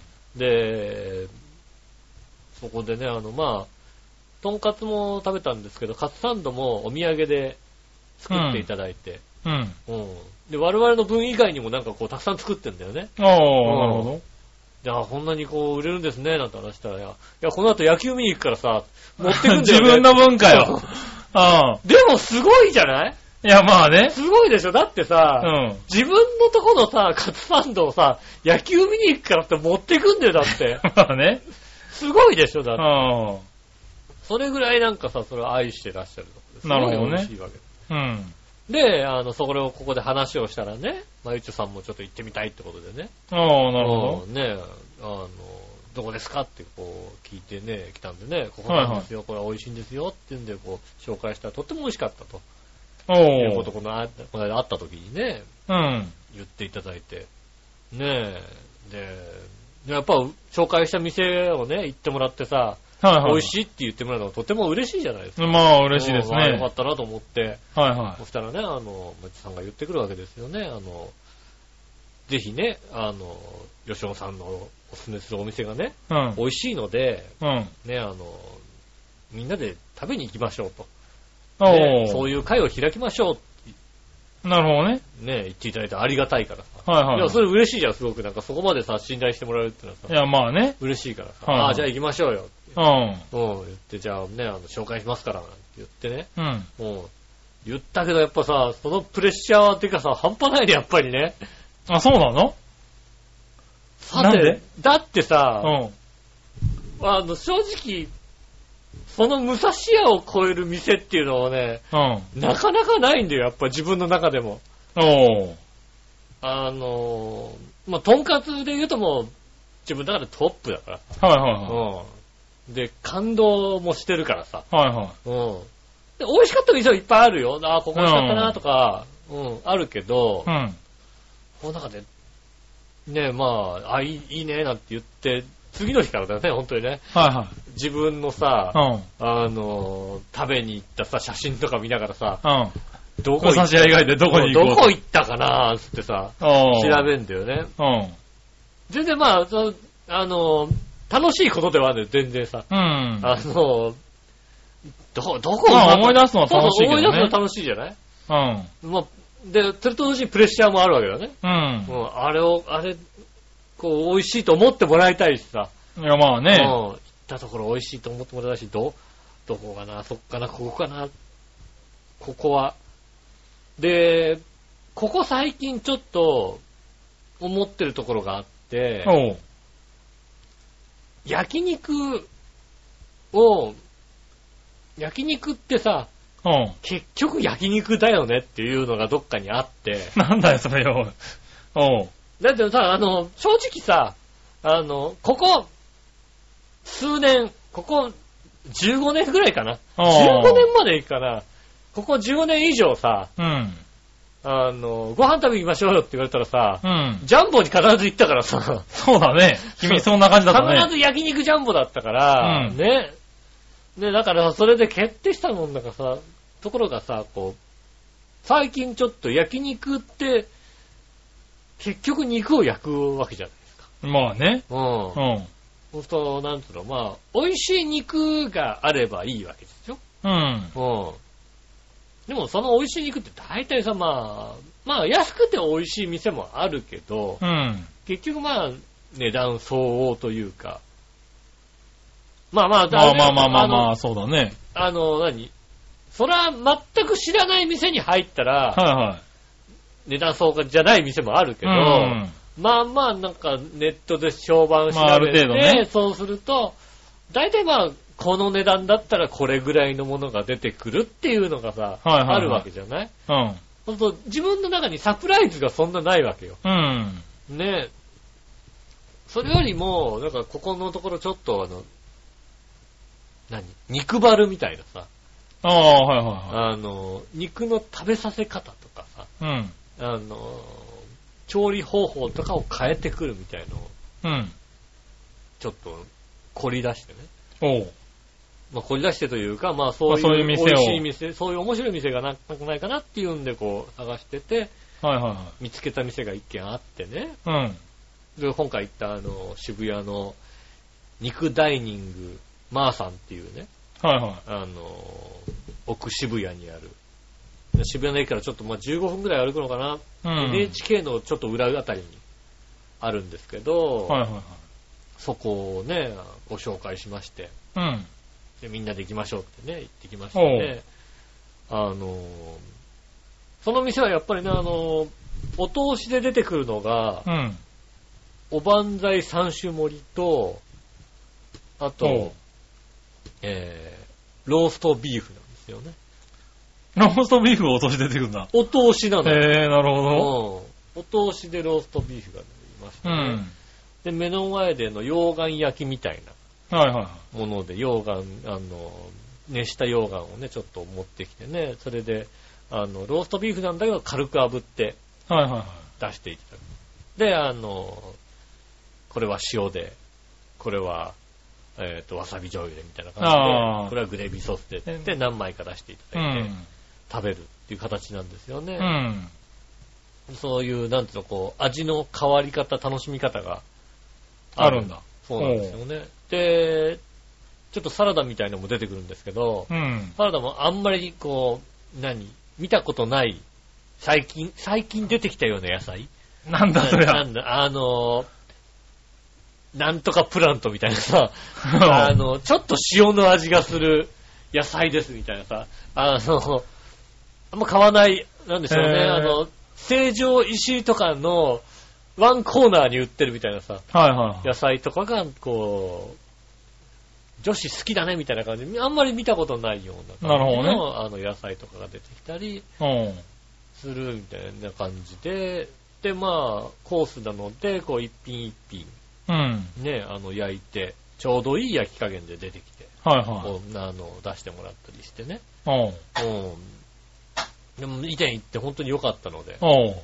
で、そこでね、まあ、トンカツも食べたんですけど、カツサンドもお土産で作っていただいて。うん。うん。で、我々の分以外にもなんかこう、たくさん作ってんだよね。 なるほど。 いや、こんなにこう、売れるんですね、なんて話したら、いや、この後野球見に行くからさ、持ってくんだよね。 自分の分かよ。 でもすごいじゃない？ いや、まあね。 すごいでしょ。だってさ、自分のとこのさ、カツサンドをさ、野球見に行くからって持ってくんだよ、だって。 まあね。 すごいでしょ、だって。それぐらいなんかさ、それを愛してらっしゃると。 なるほどね。 美味しいわけ。うん。で、それをここで話をしたらね、まゆちょさんもちょっと行ってみたいってことでね。 なるほど。 ね、どこですかってこう聞いてね、来たんでね、ここなんですよ、これは美味しいんですよって言うんでこう紹介したらとっても美味しかったと。いうことこの間会った時にね、うん。言っていただいて、ねえ、 で、やっぱ紹介した店をね、行ってもらってさ、はいはい、美味しいって言ってもらうのはとても嬉しいじゃないですか。 まあ嬉しいですね。 よかったなと思って。 はいはい。 そしたらね、もちさんが言ってくるわけですよね。ぜひね、吉尾さんのおすすめするお店がね、うん、美味しいので、うん、ね、みんなで食べに行きましょうと。ね、そういう会を開きましょう。 なるほどね。 ね、言っていただいてありがたいからさ。 はいはい。 いや、それ嬉しいじゃん、すごく。なんかそこまでさ、信頼してもらえるってのはさ。 いや、まあね。 嬉しいからさ。はいはい、ああ、じゃあ行きましょうよ。うん。言って、じゃあね、紹介しますから、なんて言ってね。うん。言ったけどやっぱさ、そのプレッシャーっていうかさ、半端ないね、やっぱりね。 あ、そうなの？ さて、だってさ、うん。正直、その武蔵屋を超える店っていうのはね、うん、なかなかないんだよ、やっぱ自分の中でも。まあ、とんかつで言うともう、自分の中でトップだから。 はいはいはい。 うん。で、感動もしてるからさ。 はいはい。 うん。で、美味しかった店はいっぱいあるよ。ああ、ここ美味しかったなとか、うん、あるけど、うん。この中で、ね、まあ、いいね、なんて言って、次の日からだよね、本当にね。 はいはい。 自分のさ、うん、食べに行ったさ、写真とか見ながらさ、うん。どこ行った以外でどこに行こう。 どこ行ったかなーつってさ、調べんだよね。うん。全然まあ、楽しいことではあるんだよ、全然さ。うん。どこまあ思い出すのは楽しいけどね。 思い出すのは楽しいじゃない？うん。まあ、で、それと同時にプレッシャーもあるわけだね。うん。あれ、こう、美味しいと思ってもらいたいしさ。 いや、まあね。 行ったところ美味しいと思ってもらいたいし、どこかな、そっかな、ここかな、ここは。で、ここ最近ちょっと思ってるところがあって、焼肉ってさ、結局焼肉だよねっていうのがどっかにあって。 なんだよ、それよ。 だってさ、正直さ、ここ、数年、ここ、15年ぐらいかな。15年までいくかな。ここ15年以上さ、うん。ご飯食べに行きましょうよって言われたらさ、うん。ジャンボに必ず行ったからさ。 そうだね。君そんな感じだったね。 必ず焼肉ジャンボだったから、うん。ね。ね、だからそれで決定したもんだからさ、ところがさ、こう、最近ちょっと焼肉って、結局肉を焼くわけじゃないですか。 まあね。 うん。うん。そうすると、なんつうの、まあ、美味しい肉があればいいわけですよ。うん。うん。でもその美味しい肉って大体さ、まあ安くて美味しい店もあるけど、うん。結局まあ、値段相応というか。まあ、そうだね。 そら全く知らない店に入ったら、 はいはい。 値段相応じゃない店もあるけど、うん、まあなんかネットで評判調べて、ある程度ね、そうすると、大体まあこの値段だったらこれぐらいのものが出てくるっていうのがさ、はいはいはい、あるわけじゃない？うん。そうすると自分の中にサプライズがそんなないわけよ。うん。ねえ。それよりも、なんかここのところちょっと肉バルみたいなさ。 ああ、はいはいはい。肉の食べさせ方とかさ。うん。調理方法とかを変えてくるみたいのを、うん。ちょっと、凝り出してね。おう。まあ、凝り出してというか、まあ、そういう美味しい店、そういう面白い店がなくないかなっていうんで、こう、探してて、はいはいはい。見つけた店が一軒あってね。うん。で、今回行った渋谷の肉ダイニングマーさんっていうね。はいはい。奥渋谷にある。渋谷の駅からちょっとまあ15分くらい歩くのかな、うん、NHK のちょっと裏あたりにあるんですけど、はいはいはい、そこをねご紹介しまして、うん、でみんなで行きましょうってね言ってきましてね、その店はやっぱりねお通しで出てくるのが、うん、おばんざい3種盛りとあと、ローストビーフなんですよね。 ローストビーフがお通し出てくるんだ。 お通しなの。 なるほど。 お通しでローストビーフが出ましたね。うん、で、目の前での溶岩焼きみたいなもので、溶岩、熱した溶岩をね、ちょっと持ってきてね、それで、ローストビーフなんだけど軽く炙って、出していただく。で、 これは塩で、これは、わさび醤油でみたいな感じで、これはグレービーソースでって何枚か出していただいて、食べるっていう形なんですよね。そういう、なんていうの、こう、味の変わり方、楽しみ方があるんだ。 そうなんですよね。で、ちょっとサラダみたいなのも出てくるんですけど、サラダもあんまりこう、見たことない、最近出てきたような野菜なんだそれは。 なんとかプラントみたいなさ、ちょっと塩の味がする野菜ですみたいなさ、あんま買わない、なんでしょうね、成城石井とかのワンコーナーに売ってるみたいなさ、野菜とかが、こう、女子好きだねみたいな感じで、あんまり見たことないような感じの、野菜とかが出てきたりするみたいな感じで、で、まあ、コースなので、こう、一品一品、ね、焼いて、ちょうどいい焼き加減で出てきて、こう出してもらったりしてね。でも以前行って本当に良かったので。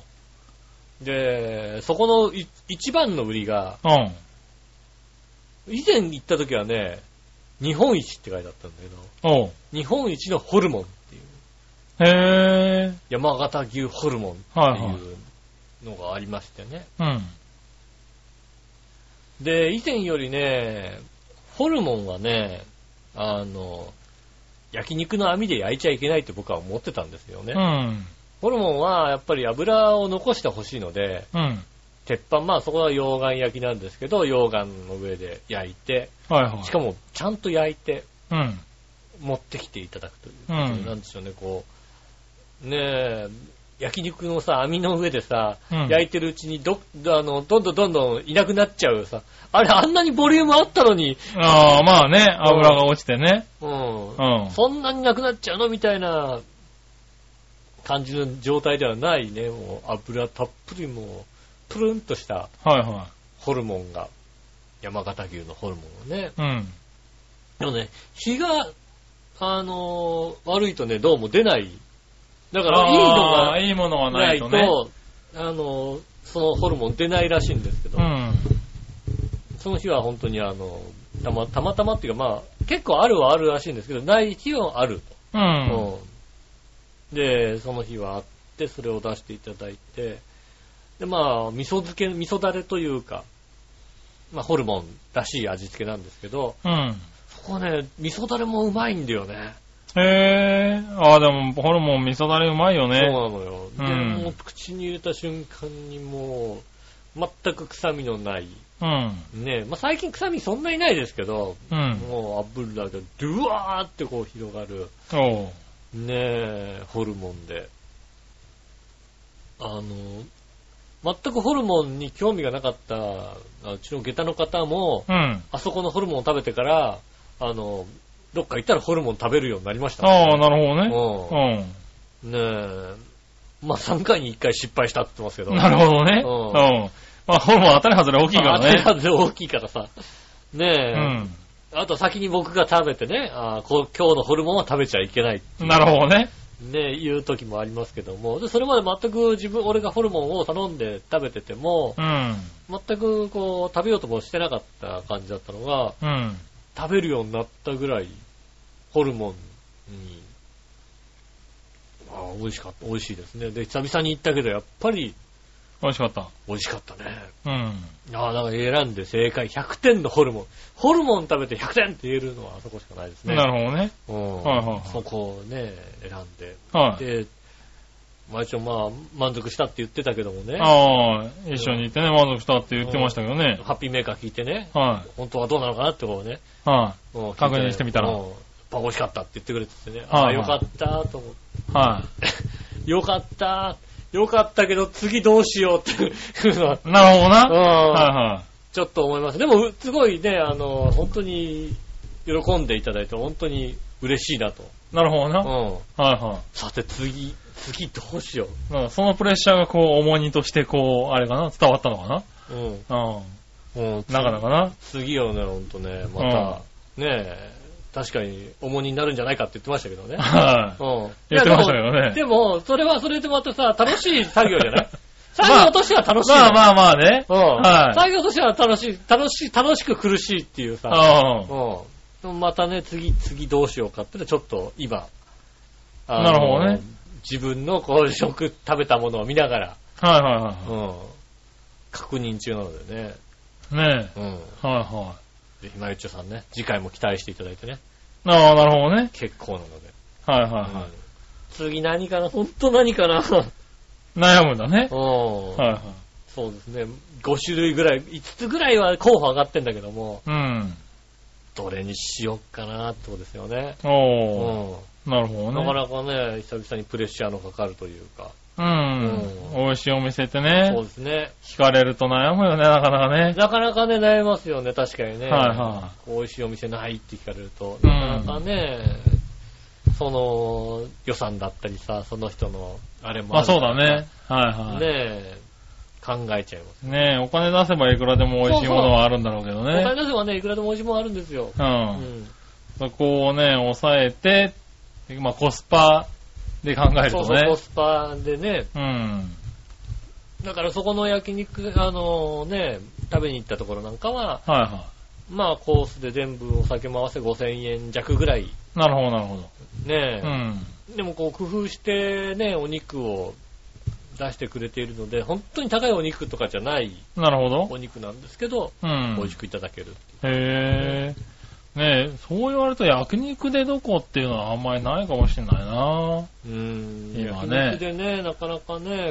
で、そこの一番の売りが、以前行った時はね、日本一って書いてあったんだけど、日本一のホルモンっていう。山形牛ホルモンっていうのがありましてね。で、以前よりね、ホルモンはね、焼肉の網で焼いちゃいけないって僕は思ってたんですよね。ホルモンはやっぱり油を残してほしいので、鉄板、まあそこは溶岩焼きなんですけど、溶岩の上で焼いて、しかもちゃんと焼いて、持ってきていただくという。なんでしょうね、こう、ねえ、焼肉のさ、網の上でさ、焼いてるうちにどんどんいなくなっちゃうさ、あれあんなにボリュームあったのに。 まあね、油が落ちてね。 そんなになくなっちゃうのみたいな感じの状態ではないね。もう油たっぷりもう、プルンとした、ホルモンが、山形牛のホルモンをね。でもね、火が、悪いとね、どうも出ない。だから、 いいものがないと、 そのホルモン出ないらしいんですけど、その日は本当にたまたまっていうか、まあ、結構あるはあるらしいんですけど、ない日はあると。で、その日はあって、それを出していただいて、で、まあ、味噌だれというか、まあ、ホルモンらしい味付けなんですけど、そこね、味噌だれもうまいんだよね。 でも、ホルモン味噌だれうまいよね。 そうなのよ。で、もう口に入れた瞬間にもう、全く臭みのない。ね、まあ、最近臭みそんなにないですけど、もう油がドゥワーってこう広がる。ねえ、ホルモンで。全くホルモンに興味がなかった、うちの下駄の方も、あそこのホルモンを食べてから、どっか行ったらホルモン食べるようになりましたね。 なるほどね。 ねえ。まあ、3回に1回失敗したって言ってますけど。 なるほどね。まあ、ホルモン当たり外れ大きいからね。 当たり外れ大きいからさ。ねえ。あと先に僕が食べてね、今日のホルモンは食べちゃいけない。 なるほどね。 ねえ、いう時もありますけども。で、それまで全く俺がホルモンを頼んで食べてても、全くこう、食べようともしてなかった感じだったのが、食べるようになったぐらい、ホルモンに、美味しいですね。で、久々に行ったけど、やっぱり、 美味しかった。 美味しかったね。なんか選んで正解100点のホルモン。ホルモン食べて100点って言えるのはあそこしかないですね。 なるほどね。 そこをね、選んで。で、一応まあ、満足したって言ってたけどもね。 一緒に行ってね、満足したって言ってましたけどね。 ハッピーメーカー聞いてね。本当はどうなのかなってこうね。 確認してみたら。 美味しかったって言ってくれててね。よかったと思って。よかった。よかったけど次どうしようっていうのは。 なるほどな。 ちょっと思います。でも、すごいね、本当に喜んでいただいて本当に嬉しいなと。 なるほどな。 さて次どうしよう。そのプレッシャーがこう重荷としてこう、あれかな、伝わったのかな。なかなかな。 次をね、ほんとね、また、ねえ、確かに重荷になるんじゃないかって言ってましたけどね。 言ってましたけどね。 でも、それはそれでまたさ、楽しい作業じゃない作業としては楽しい。 まあね。 はい。作業としては楽しく苦しいっていうさ。またね、次どうしようかってちょっと今、 なるほどね。 自分の食べたものを見ながら、確認中なのでね。 ねえ。 ぜひ、まゆっちょさんね、次回も期待していただいてね。 なるほどね。 結構なので。次何かな、ほんと何かな。 悩むんだね。 そうですね。5種類ぐらい、5つぐらいは候補上がってんだけども。どれにしよっかなってことですよね。なるほどね。なかなかね、久々にプレッシャーのかかるというか。 美味しいお店ってね。 そうですね。 聞かれると悩むよね、なかなかね。 なかなかね、悩みますよね、確かにね。美味しいお店ないって聞かれると、なかなかね、その予算だったりさ、その人のあれもあるから。そうだね。ね考えちゃいます。ねお金出せばいくらでも美味しいものはあるんだろうけどね。 お金出せばね、いくらでも美味しいものあるんですよ。 そこをね、抑えて、コスパで考えるとね。 コスパでね。だからそこの焼肉、食べに行ったところなんかは、コースで全部お酒も合わせ5000円弱ぐらい。 なるほど、なるほど。 ねでも工夫してね、お肉を出してくれているので、本当に高いお肉とかじゃない。 なるほど。 お肉なんですけど、美味しくいただける。 そう言われると焼肉でどこっていうのはあんまりないかもしれないな。 今ね。焼肉でね、なかなかね、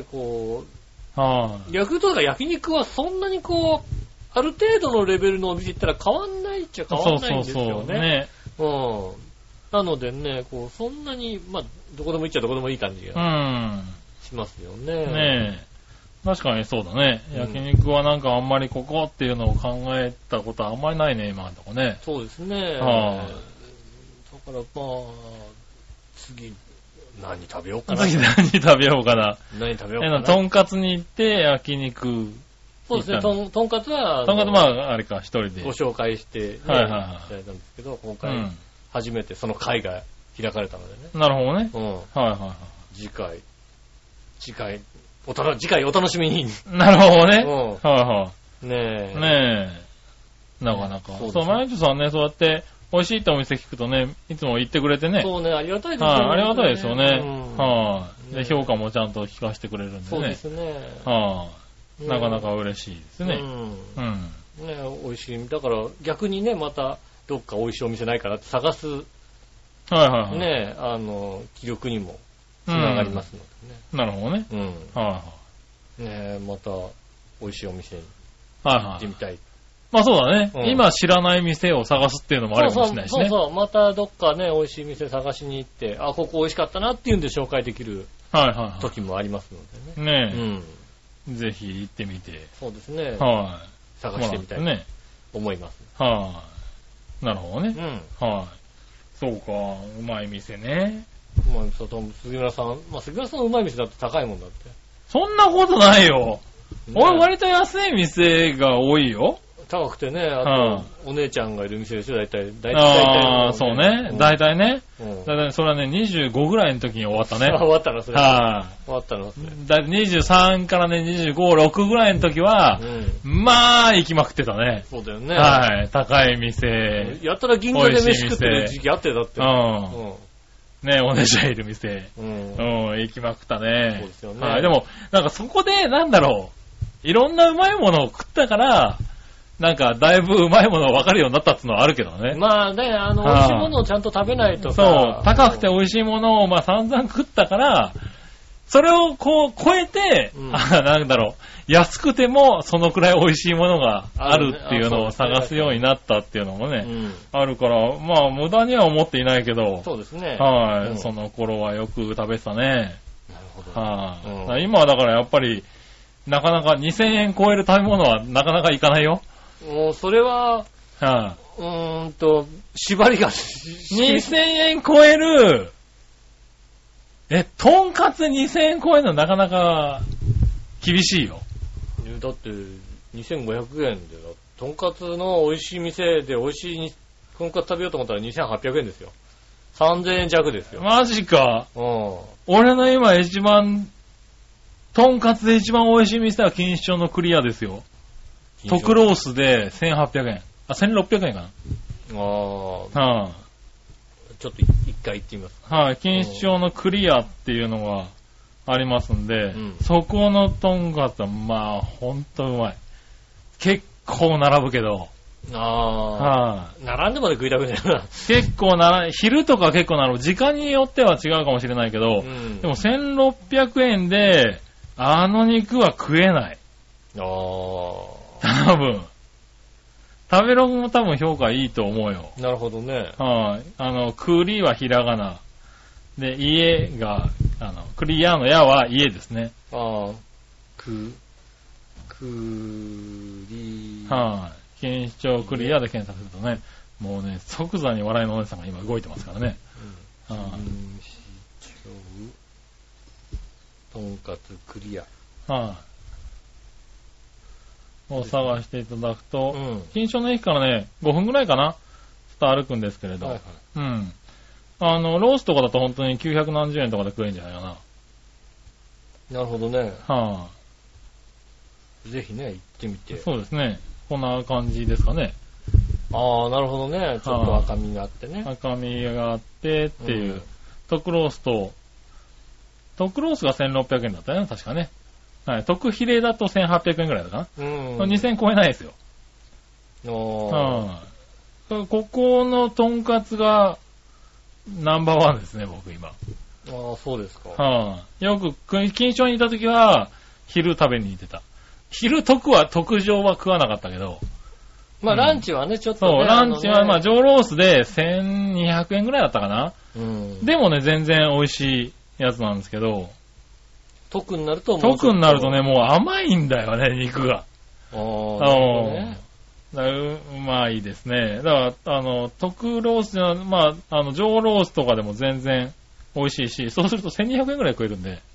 焼肉はそんなにある程度のレベルのお店行ったら変わんないっちゃ変わんないんですよね。なのでね、そんなに、どこでも行っちゃどこでもいい感じがしますよね。 確かにそうだね。焼肉はなんかあんまりここっていうのを考えたことはあんまりないね、今のとこね。 そうですね。だから次、何食べようかな。 次何食べようかな。 何食べようかな。 とんかつに行って焼肉。 そうですね。とんかつは、 あれか、一人で。 ご紹介して、いただいたんですけど、今回、初めてその会が開かれたのでね。 なるほどね。 次回お楽しみに。 なるほどね。なかなか。マユッチョさんね、そうやって、美味しいってお店聞くとね、いつも言ってくれてね。 そうね、ありがたいですね。 ありがたいですよね。で、評価もちゃんと聞かせてくれるんでね。 そうですね。 なかなか嬉しいですね。 美味しい。だから逆にね、またどっか美味しいお店ないかなって探す。ね、気力にもつながりますのでね。 なるほどね。 ね、また美味しいお店に行ってみたい。 そうだね。今知らない店を探すっていうのもあるかもしれないしね。 そう。またどっかね、美味しい店探しに行って、ここ美味しかったなっていうんで紹介できる時もありますのでね。 ぜひ行ってみて。 そうですね。探してみたいと思います。 なるほどね。そうか、うまい店ね。 杉村さんのうまい店だって高いもんだって。 そんなことないよ。俺割と安い店が多いよ。 高くてね、お姉ちゃんがいる店でしょ、大体。 そうね。大体ね。それはね、25ぐらいの時に終わったね。 終わったの、それ。終わったの、それ。 だいたい23からね、25、6ぐらいの時は、行きまくってたね。 そうだよね。 高い店。 やったら銀座で飯食ってる時期あってだって。 ね、お姉ちゃんいる店。行きまくったね。 そうですよね。 でも、なんかそこで、いろんなうまいものを食ったから、だいぶうまいもの分かるようになったっていうのはあるけどね。 美味しいものをちゃんと食べないとさ。 高くて美味しいものを散々食ったから、それを超えて、安くてもそのくらい美味しいものがあるっていうのを探すようになったっていうのもね、あるから、無駄には思っていないけど、 そうですね。 その頃はよく食べてたね。 なるほど。今はだからやっぱり、なかなか2000円超える食べ物はなかなかいかないよ。 もうそれは、縛りが。 2000円超える、とんかつ2000円超えるのなかなか厳しいよ。 だって2500円で、とんかつの美味しい店で美味しいとんかつ食べようと思ったら2800円ですよ。3000円弱ですよ。 マジか。俺の今一番とんかつで一番美味しい店は錦糸町のクリアですよ。特ロースで1800円。あ、1600円かな。はちょっと一回行ってみます。 はい、錦糸町のクリアっていうのがありますんで、そこのとんかつはまあほんとうまい。結構並ぶけど。 並んでまで食いたくないな。 結構昼とか結構並ぶ。時間によっては違うかもしれないけど、でも1600円で、あの肉は食えない。多分。食べログも多分評価いいと思うよ。 なるほどね。 栗はひらがな。で、家が、クリアの矢は家ですね。錦糸町クリアで検索するとね、もうね、即座に笑いのお姉さんが今動いてますからね。 錦糸町、とんかつクリア。 を探していただくと、錦糸町の駅からね、5分ぐらいかな、歩くんですけれど、ロースとかだと本当に900何十円とかで食えるんじゃないかな。 なるほどね。ぜひね、行ってみて。 そうですね。こんな感じですかね。 なるほどね。ちょっと赤身があってね。 赤身があってっていう、特ロースが1600円だったよね、確かね。はい、特ヒレだと1800円くらいだかな。2000円超えないですよ。ここのとんかつがナンバーワンですね、僕今。 そうですか。 よく錦糸町にいた時は昼食べに行ってた。昼特上は食わなかったけど。 まあランチはね、ちょっとね。 そう、ランチはまあ上ロースで1200円くらいだったかな。でもね、全然美味しいやつなんですけど。 特になるとね、もう甘いんだよね、肉が。うまいですね。だから、特ロースは、まあ、上ロースとかでも全然美味しいし、そうすると1200円くらい食えるんで。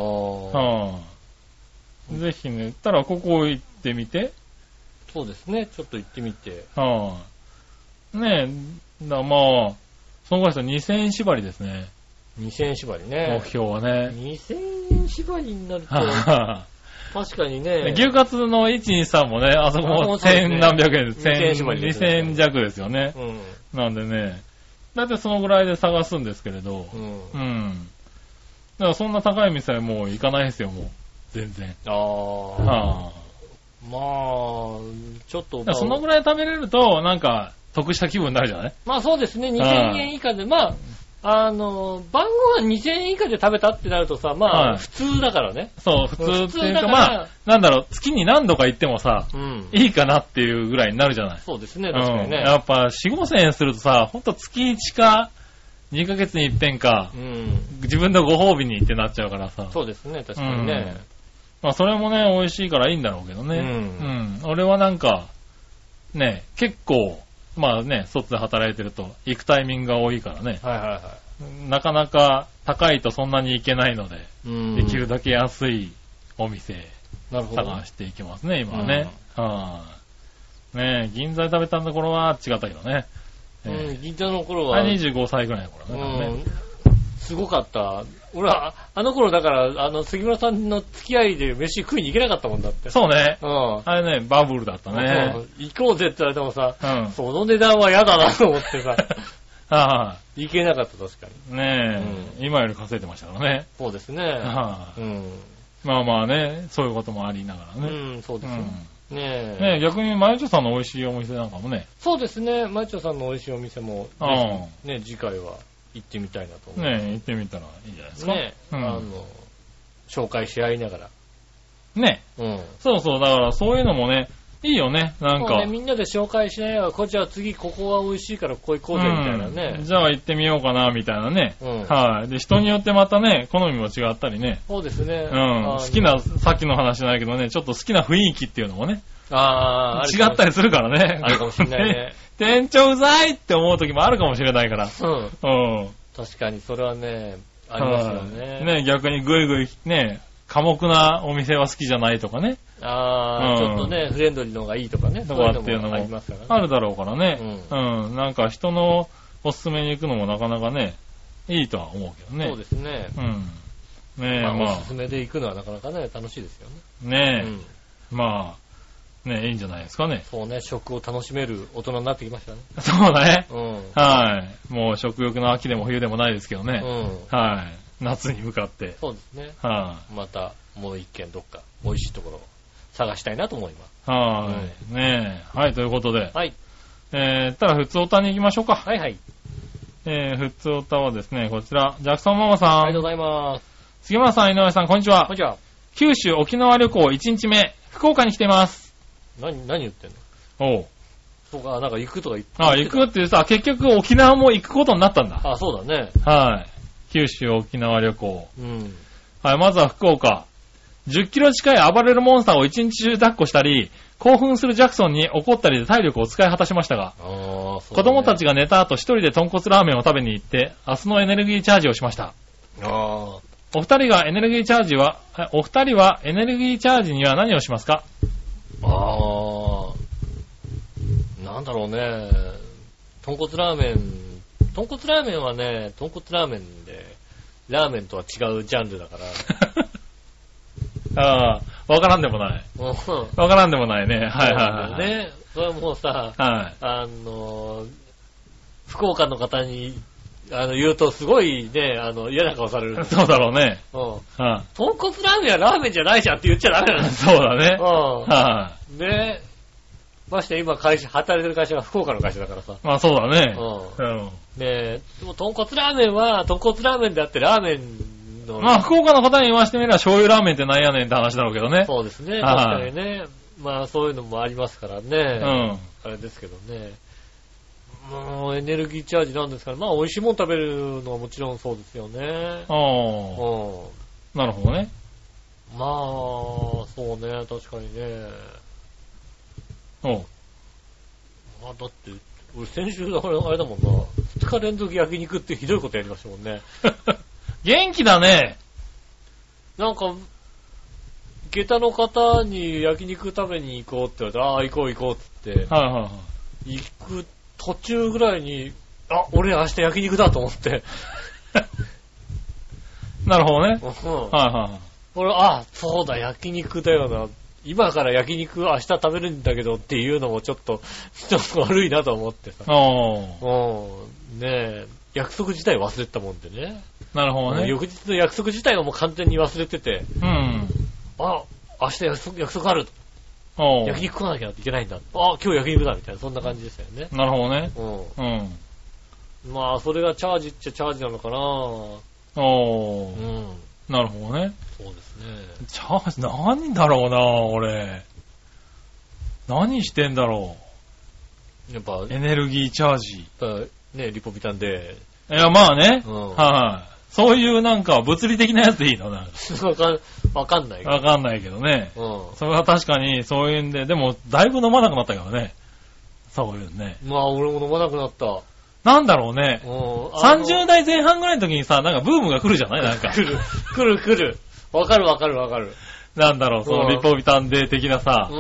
ぜひね、たらここ行ってみて。 そうですね、ちょっと行ってみて。 ねえ、まあ、そのぐらいだと2000円縛りですね。 2000円縛りね。 目標はね。 2000円縛りになると、確かにね。 牛カツの123もね、あそこも1000何百円です。2000円弱ですよね。なんでね、だいたいそのぐらいで探すんですけれど、だからそんな高い店はもう行かないですよ、もう。全然。 まあ、ちょっと。 そのぐらい食べれると、なんか、得した気分になるじゃない？ まあそうですね、2000円以下で、まあ、晩ご飯2000円以下で食べたってなるとさ、まあ、普通だからね。 そう、普通っていうか、まあ、なんだろう、月に何度か行ってもさ、いいかなっていうぐらいになるじゃない。 そうですね、確かにね。 やっぱ、4、5千円するとさ、ほんと月1か、2ヶ月に一遍か、自分のご褒美にってなっちゃうからさ。 そうですね、確かにね。 まあ、それもね、美味しいからいいんだろうけどね。俺はなんか、ね、結構、まあね、外で働いてると、行くタイミングが多いからね。なかなか高いとそんなに行けないので、できるだけ安いお店、探していきますね、今はね。ね、銀座で食べた頃は違ったけどね。 銀座の頃は。 25歳ぐらいの頃ね。 すごかった。俺は、あの頃だから、杉村さんの付き合いで飯食いに行けなかったもんだって。 そうね。あれね、バブルだったね。 行こうぜって言われてもさ、その値段は嫌だなと思ってさ、行けなかった、確かに。 ねえ、今より稼いでましたからね。 そうですね。 まあまあね、そういうこともありながらね。 そうですね。 ねえ、逆にマユチョさんの美味しいお店なんかもね。 そうですね、マユチョさんの美味しいお店も、ね、次回は行ってみたいなと思う。 ねえ、行ってみたらいいんじゃないですか。 ね紹介し合いながら。 ねえ。そうそう、だからそういうのもね、いいよね、なんか。 みんなで紹介しながら、こっちは次ここは美味しいからここ行こうぜみたいなね。 じゃあ行ってみようかなみたいなね。で、人によってまたね、好みも違ったりね。 そうですね。 好きな、さっきの話じゃないけどね、ちょっと好きな雰囲気っていうのもね。違ったりするからね。 あるかもしれないね。 店長うざいって思う時もあるかもしれないから。 確かにそれはね、ありますよね。 ね、逆にぐいぐいね、寡黙なお店は好きじゃないとかね。 ちょっとね、フレンドリーの方がいいとかね。 とかっていうのもありますからね。あるだろうからね。なんか人のおすすめに行くのもなかなかね、いいとは思うけどね。 そうですね。 ねえ、 まあ、おすすめで行くのはなかなかね、楽しいですよね。 ねえ。まあ、ねえ、いいんじゃないですかね。 そうね、食を楽しめる大人になってきましたね。 そうだね。 うん。 はい。もう食欲の秋でも冬でもないですけどね。 うん。 はい。夏に向かって。 そうですね。 はい。 また、もう一軒どっか、美味しいところを探したいなと思います。 はい。ねえ。はい、ということで。 はい。 ただ、ふつおたに行きましょうか。 はいはい。 ふつおたはですね、こちら、ジャクソンママさん。 ありがとうございます。 杉村さん、井上さん、こんにちは。 こんにちは。 九州沖縄旅行1日目、福岡に来ています。 何言ってんの？ おう。 そうか、なんか行くとか言って。 あ、行くってさ、結局沖縄も行くことになったんだ。 あ、そうだね。 はい。九州沖縄旅行。 うん。 はい、まずは福岡。10キロ近い暴れるモンスターを一日中抱っこしたり、興奮するジャクソンに怒ったりで体力を使い果たしましたが、子供たちが寝た後一人で豚骨ラーメンを食べに行って、明日のエネルギーチャージをしました。お二人はエネルギーチャージには何をしますか？ なんだろうね。豚骨ラーメンはね、豚骨ラーメンで、ラーメンとは違うジャンルだから。 わからんでもない。わからんでもないね。はいはいはい。 ね、それはもうさ、 はい。 福岡の方に、言うとすごいね、嫌な顔される。 そうだろうね。 豚骨ラーメンはラーメンじゃないじゃんって言っちゃダメなの。 そうだね。 ね。まして今働いてる会社が福岡の会社だからさ。 まあそうだね。 ねでも豚骨ラーメンは豚骨ラーメンであってラーメンの。 まあ福岡の方に言わしてみれば醤油ラーメンってなんやねんって話だろうけどね。 そうですね。確かにね。まあそういうのもありますからね。あれですけどね。もうエネルギーチャージなんですから、まあ美味しいもの食べるのはもちろんそうですよね。 なるほどね。 まあ、そうね、確かにね。まあだって、俺先週あれだもんな、2日連続焼肉ってひどいことやりましたもんね。 元気だね。 なんか、下駄の方に焼肉食べに行こうって言われて、ああ、行こう行こうって言って、行く途中ぐらいに、俺明日焼肉だと思って。 なるほどね。 俺、そうだ、焼肉だよな。今から焼肉明日食べるんだけどっていうのもちょっと悪いなと思ってさ。ねえ、約束自体忘れてたもんでね。 なるほどね。 翌日の約束自体をもう完全に忘れてて。明日約束ある。焼肉食わなきゃいけないんだ。今日焼肉だみたいな、そんな感じでしたよね。 なるほどね。 まあ、それがチャージっちゃチャージなのかな。 なるほどね。 そうですね。 チャージ、何だろうな、俺。何してんだろう。やっぱ、 エネルギーチャージ。 ね、リポビタンで。 いや、まあね。そういうなんか物理的なやつでいいのな。 わかんないけど。 わかんないけどね。それは確かにそういうんで、でもだいぶ飲まなくなったからね。そういうね。 まあ俺も飲まなくなった。 なんだろうね。30代前半ぐらいの時にさ、なんかブームが来るじゃないなんか。 来る。わかる。 なんだろう、そのリポビタンデー的なさ。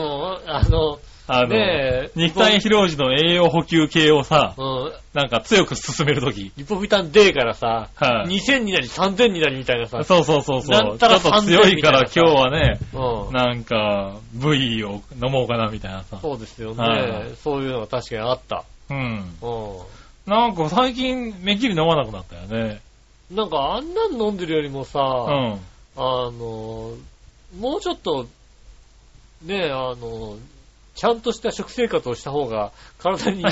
肉体疲労時の栄養補給系をさ、なんか強く進めるとき。 リポビタンデーからさ、2000になり3000になりみたいなさ。 そう。ちょっと強いから今日はね、なんか V を飲もうかなみたいなさ。 そうですよね。そういうのが確かにあった。 なんか最近めっきり飲まなくなったよね。 なんかあんなの飲んでるよりもさ、もうちょっと、ね、ちゃんとした食生活をした方が体に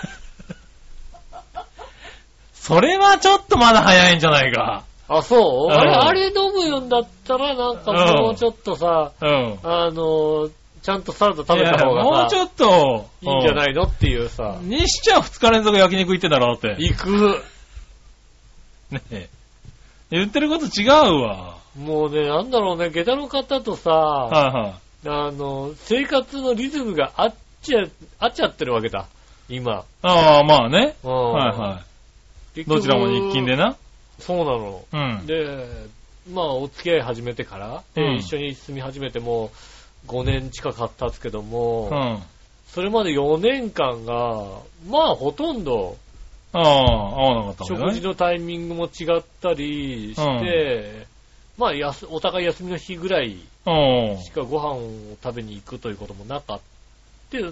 それはちょっとまだ早いんじゃないか。 そう？あれ飲むんだったらなんかもうちょっとさ、ちゃんとサラダ食べた方がさ、 もうちょっといいんじゃないのっていうさ。 にしちゃ2日連続焼肉行ってんだろって。 行く。 ねえ。言ってること違うわ。 もうね、なんだろうね、下駄の方とさ、生活のリズムが合っちゃってるわけだ、今。 まあね。どちらも日勤でな。 そうなの。で、まあ、お付き合い始めてから、一緒に住み始めても5年近く経つけども、それまで4年間が、まあ、ほとんど、 合わなかった食事のタイミングも違ったりして、 まあ、お互い休みの日ぐらいしかご飯を食べに行くということもなかった。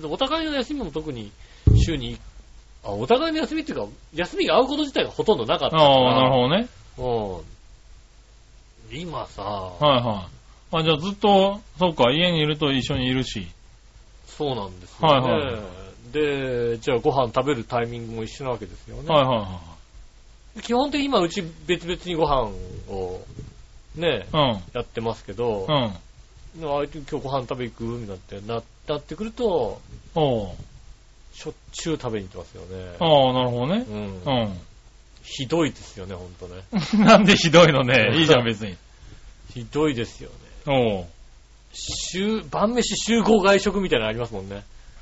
お互いの休みも特に週に、お互いの休みっていうか、休みが合うこと自体がほとんどなかったから。 なるほどね。 今さ、 はいはい。じゃあずっと、そうか、家にいると一緒にいるし。 そうなんですよね。はいはい。で、じゃあご飯食べるタイミングも一緒なわけですよね。はいはいはい。基本的に今うち別々にご飯をね、やってますけど、今日ご飯食べ行くなんてなってくると、しょっちゅう食べに行ってますよね。 なるほどね。 ひどいですよね、ほんとね。 なんでひどいのね。いいじゃん、別に。 ひどいですよね。晩飯集合外食みたいなのありますもんね。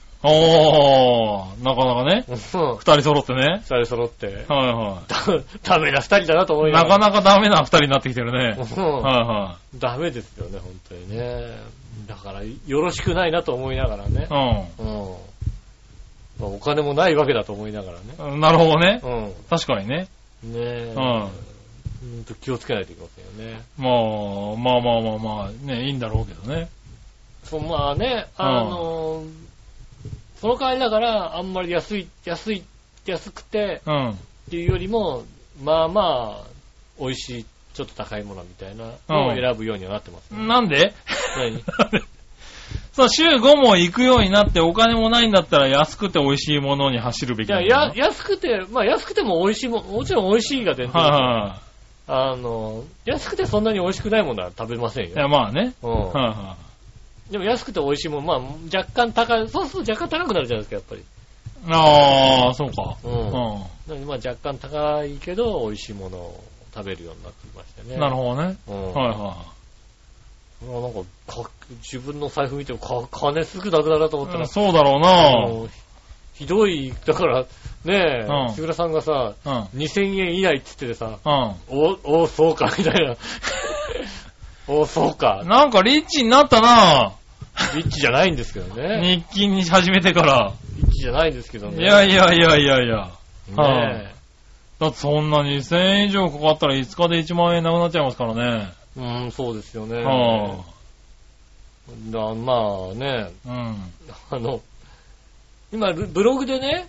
なかなかね。二人揃ってね。 二人揃って。 はいはい。 ダメな二人だなと思いながら。なかなかダメな二人になってきてるね。はいはい。 ダメですよね、本当にね。だから、よろしくないなと思いながらね。お金もないわけだと思いながらね。 なるほどね。確かにね。 ねえ。気をつけないといけませんよね。 まあ、ね、いいんだろうけどね。 まあね、その代わりだから、あんまり安くて、っていうよりも、まあまあ、美味しい、ちょっと高いものみたいなのを選ぶようにはなってます、ね。 なんで？何そう、週5も行くようになってお金もないんだったら安くて美味しいものに走るべきだ。 安くても美味しいもちろん美味しいが全然。安くてそんなに美味しくないものは食べませんよ。 いや、まあね。 でも安くて美味しいもの、まあ若干高い、そうすると若干高くなるじゃないですか、やっぱり。 そうか。 まあ若干高いけど美味しいものを食べるようになってきましたね。 なるほどね。 なんか、自分の財布見ても金すぐなくなるなと思ったら。 そうだろうな。 ひどい、だから、ねえ、木村さんがさ、2000円以内って言っててさ、そうか、みたいな。そうか。 なんかリッチになったな。 リッチじゃないんですけどね。 日勤に始めてから。 リッチじゃないんですけどね。 いや。ねえ。だってそんな2000円以上かかったら5日で1万円なくなっちゃいますからね。 そうですよね。まあね、今、ブログでね、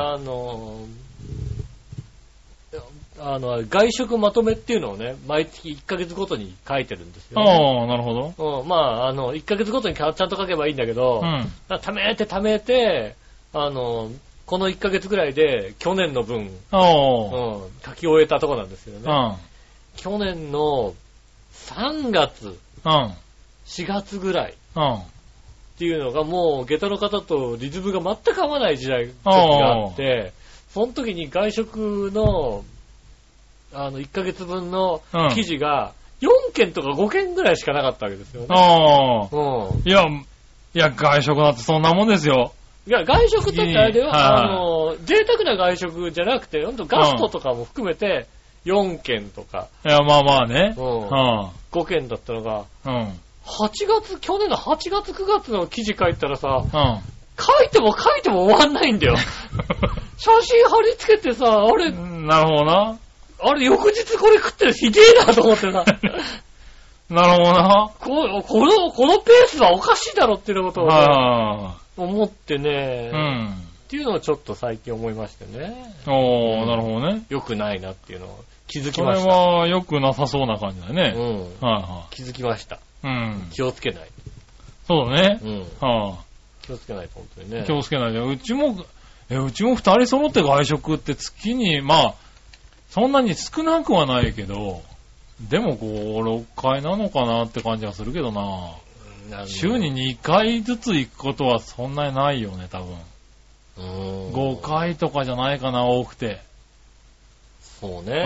外食まとめっていうのをね、毎月1ヶ月ごとに書いてるんですよ、ね。 なるほど。 1ヶ月ごとにちゃんと書けばいいんだけど、貯めて、この1ヶ月ぐらいで去年の分、書き終えたとこなんですけどね。去年の3月、4月ぐらいっていうのがもう下駄の方とリズムが全く合わない時代があって、その時に外食の1ヶ月分の記事が4件とか5件ぐらいしかなかったわけですよね。 いや、外食だってそんなもんですよ。 いや、外食ってあれだよ、贅沢な外食じゃなくて、ほんとガストとかも含めて4件とか。 いや、まあね。 5件だったのが、去年の8月9月の記事書いたらさ、書いても終わんないんだよ。写真貼り付けてさ、あれ、 なるほどな。 あれ、翌日これ食ってるひでえなと思ってさ。 なるほどな。 このペースはおかしいだろっていうことを、思ってね、っていうのをちょっと最近思いましてね。 なるほどね。 良くないなっていうのを気づきました。 それは良くなさそうな感じだね。 気づきました。気をつけない。 そうだね。 気をつけないと本当にね。 気をつけないで。うちも二人揃って外食って月に、そんなに少なくはないけど、でも5、6回なのかなって感じがするけどな。週に2回ずつ行くことはそんなにないよね、多分。5回とかじゃないかな、多くて。 そうね。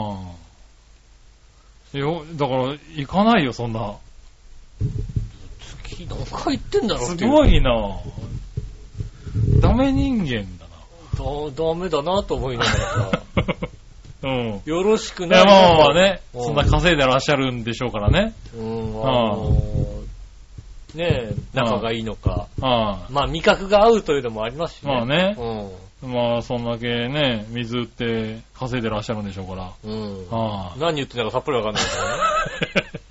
だから、行かないよ、そんな。 月何回行ってんだろうってすごいな。ダメ人間だな。ダメだなと思いながらさ。よろしくない。 いや、まあね、そんな稼いでらっしゃるんでしょうからね。 ねえ、仲がいいのか。味覚が合うというのもありますしね。 そんだけね、水売って稼いでらっしゃるんでしょうから。 何言ってんだかさっぱりわかんないからね。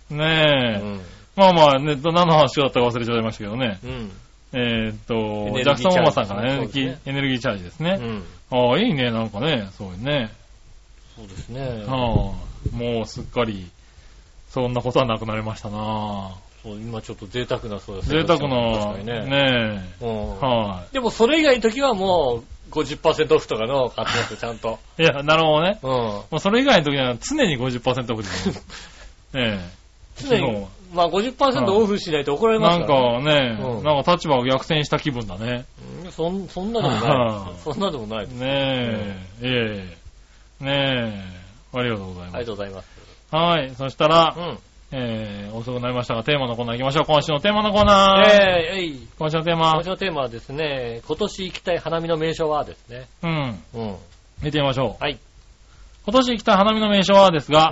ねえ。まあまあね、何の話だったか忘れちゃいましたけどね。ジャクソンママさんからエネルギーチャージですね。ああ、いいね、なんかね、そういうね。 そうですね。 もうすっかり、そんなことはなくなりましたな。 そう、今ちょっと贅沢なそうですね。贅沢な、ねえ。でもそれ以外の時はもう 50% オフとかの買ってますよ、ちゃんと。 いや、なるほどね。もうそれ以外の時は常に 50% オフですよ。 常に。まあ 50% オフしないと怒られますからね。なんかね、なんか立場を逆転した気分だね。 そんなでもない。そんなでもないです。 ねえ。ねえ。ありがとうございます。 ありがとうございます。 はい。そしたら、遅くなりましたが、テーマのコーナー行きましょう。今週のテーマのコーナー。今週のテーマ。 今週のテーマはですね、今年行きたい花見の名所はですね。 見てみましょう。 はい。 今年行きたい花見の名所はですが、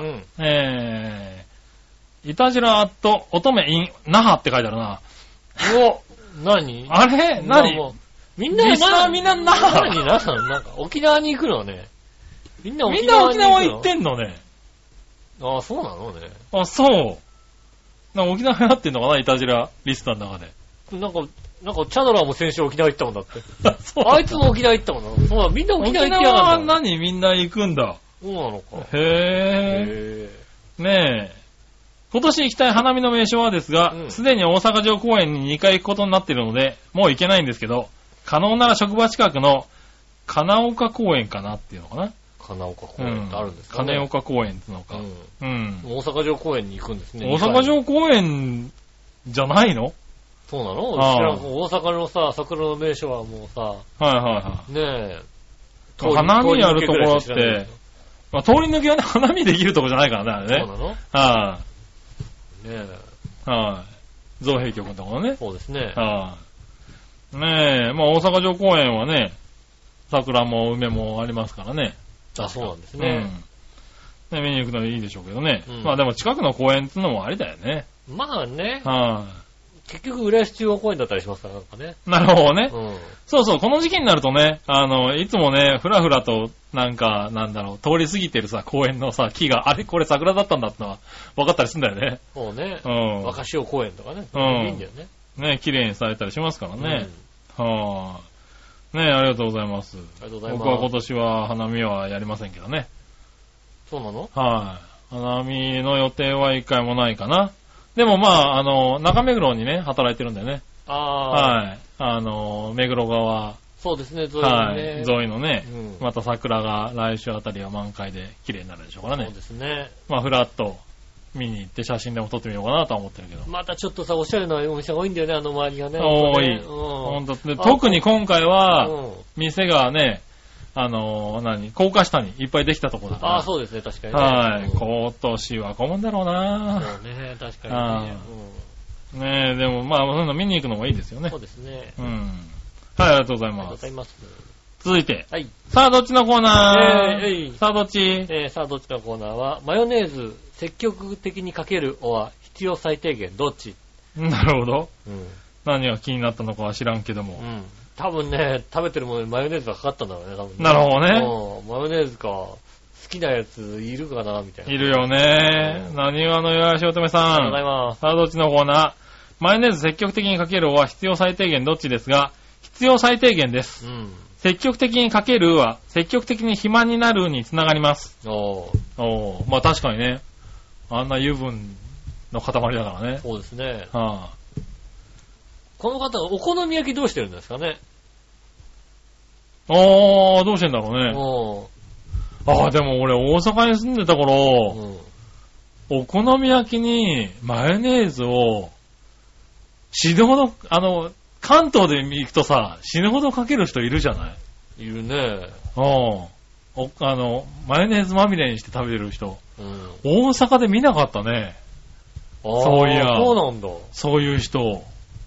いたじら乙女 in 那覇って書いてあるな。 何あれ何みんな那覇なんか沖縄に行くのね。みんな沖縄行ってんのね。 ああ、そうなのね。 あ、そう。なんか沖縄になってんのかな、いたじらリスターの中で。 なんかチャドラーも先週沖縄行ったもんだって。あいつも沖縄行ったもんな。そうだ、みんな沖縄行ってやがるんだ。 沖縄は何みんな行くんだ。 そうなのか。 へぇー。ねえ。今年行きたい花見の名所はですが、すでに大阪城公園に2回行くことになっているので、もう行けないんですけど、可能なら職場近くの金岡公園かなっていうのかな。 金岡公園ってあるんですかね。 金岡公園ってのか。 大阪城公園に行くんですね。 大阪城公園じゃないの？ そうなの？大阪のさ、桜の名所はもうさ、ねえ。 花見やるところって、まあ、通り抜けはね、花見できるとこじゃないからね、あれね。 そうなの？ ねえ。造幣局のところね。 そうですね。 ねえ、まあ大阪城公園はね、桜も梅もありますからね。 あ、そうなんですね。 見に行くのはいいでしょうけどね。まあでも近くの公園ってのもありだよね。 まあね。結局、浦安中央公園だったりしますから、なんかね。 なるほどね。そうそう、この時期になるとね、いつもね、ふらふらと、なんか、なんだろう、通り過ぎてるさ、公園のさ、木が、あれこれ桜だったんだってのは、分かったりするんだよね。 そうね。若潮公園とかね。いいんだよね。 ね、綺麗にされたりしますからね。ね、ありがとうございます。 ありがとうございます。 僕は今年は花見はやりませんけどね。 そうなの？ 花見の予定は一回もないかな。でもまあ、中目黒にね、働いてるんだよね。目黒川。 そうですね、沿いのね。また桜が来週あたりは満開で綺麗になるでしょうからね。 そうですね。 まあ、ふらっと見に行って写真でも撮ってみようかなとは思ってるけど。 またちょっとさ、おしゃれなお店が多いんだよね、あの周りがね。 多い。ほんと。特に今回は、店がね、高架下にいっぱいできたところだから。 そうですね、確かに。 今年は混むんだろうな。 そうね、確かにね。でもまあ、そういうの見に行くのもいいですよね。 そうですね。 はい、ありがとうございます。 ありがとうございます。 続いて。さあ、どっちのコーナー？さあ、どっち？ さあ、どっちのコーナーは、マヨネーズ、積極的にかけるおは必要最低限、どっち？ なるほど。何が気になったのかは知らんけども。 多分ね、食べてるものにマヨネーズがかかったんだろうね、多分ね。 なるほどね。 マヨネーズか。好きなやついるかなみたいな。 いるよね。何話のよしおとめさん。 ありがとうございます。 さあ、どっちのコーナー？マヨネーズ積極的にかけるは必要最低限どっちですが、必要最低限です。積極的にかけるは、積極的に暇になるにつながります。まあ確かにね。あんな油分の塊だからね。 そうですね。この方はお好み焼きどうしてるんですかね？ どうしてんだろうね。でも俺大阪に住んでた頃、お好み焼きにマヨネーズを死ぬほど、関東で行くとさ、死ぬほどかける人いるじゃない？ いるね。 マヨネーズまみれにして食べてる人。大阪で見なかったね。そういや。 そうなんだ。 そういう人。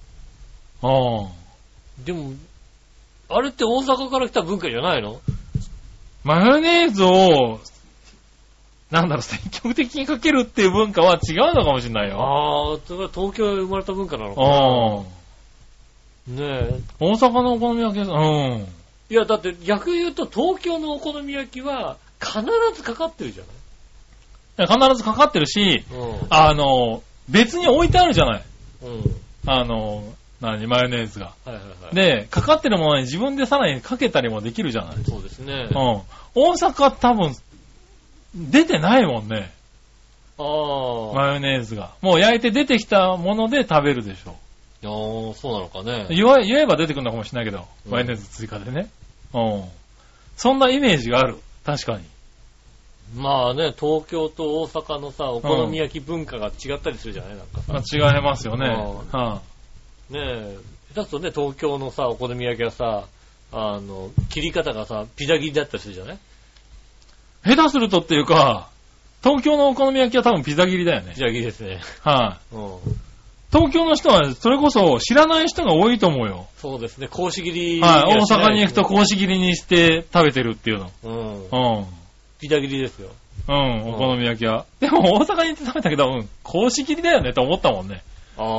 でも、あれって大阪から来た文化じゃないの？ マヨネーズを、積極的にかけるっていう文化は違うのかもしれないよ。 それは東京で生まれた文化なのかな。ねえ。 大阪のお好み焼き屋いや、だって逆言うと東京のお好み焼きは必ずかかってるじゃ必ずかかってるし、別に置いてあるじゃない。マヨネーズが。で、かかってるものに自分でさらにかけたりもできるじゃない。 そうですね。 大阪多分、出てないもんね。マヨネーズが。もう焼いて出てきたもので食べるでしょ。 そうなのかね。 言えば出てくるのかもしれないけど、マヨネーズ追加でね。そんなイメージがある。確かに。まあね、東京と大阪のさ、お好み焼き文化が違ったりするじゃないなんかさ。 違いますよね。 ねえ、下手すとね、東京のさ、お好み焼きはさ、切り方がさ、ピザ切りだったりするじゃない下手するとっていうか、東京のお好み焼きは多分ピザ切りだよね。 ピザ切りですね。 東京の人はそれこそ知らない人が多いと思うよ。 そうですね、格子切り、 大阪に行くと格子切りにして食べてるっていうの。 ピザ切りですよ。 お好み焼きは。でも大阪に行って食べたけど、格子切りだよねと思ったもんね。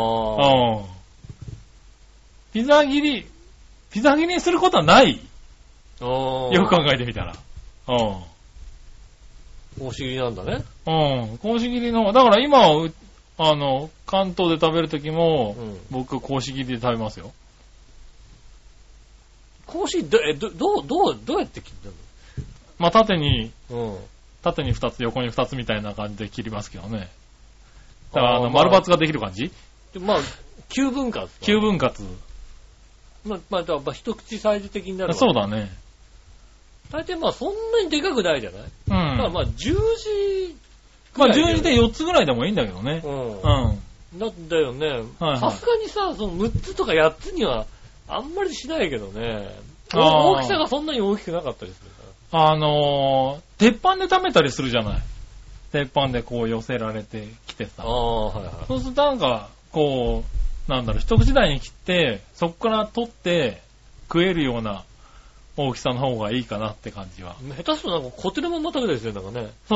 ピザ切りにすることはない。よく考えてみたら。 格子切りなんだね。 格子切りの、だから今、関東で食べるときも、僕、格子切りで食べますよ。 格子、どうやって切るの？ 縦に2つ、横に2つみたいな感じで切りますけどね。だから、丸抜ができる感じ 9分割。 9分割。 一口サイズ的になる。 そうだね。 大体そんなにでかくないじゃない？だから十字十字で4つぐらいでもいいんだけどね。 なんだよね。さすがにさ、その6つとか8つにはあんまりしないけどね。大きさがそんなに大きくなかったりするから。 鉄板で食べたりするじゃない。鉄板でこう寄せられてきてさ。そうするとなんか、一口大に切って、そこから取って食えるような大きさの方がいいかなって感じは。 下手するとなんかコテのまま食べたりするんだからね。 そう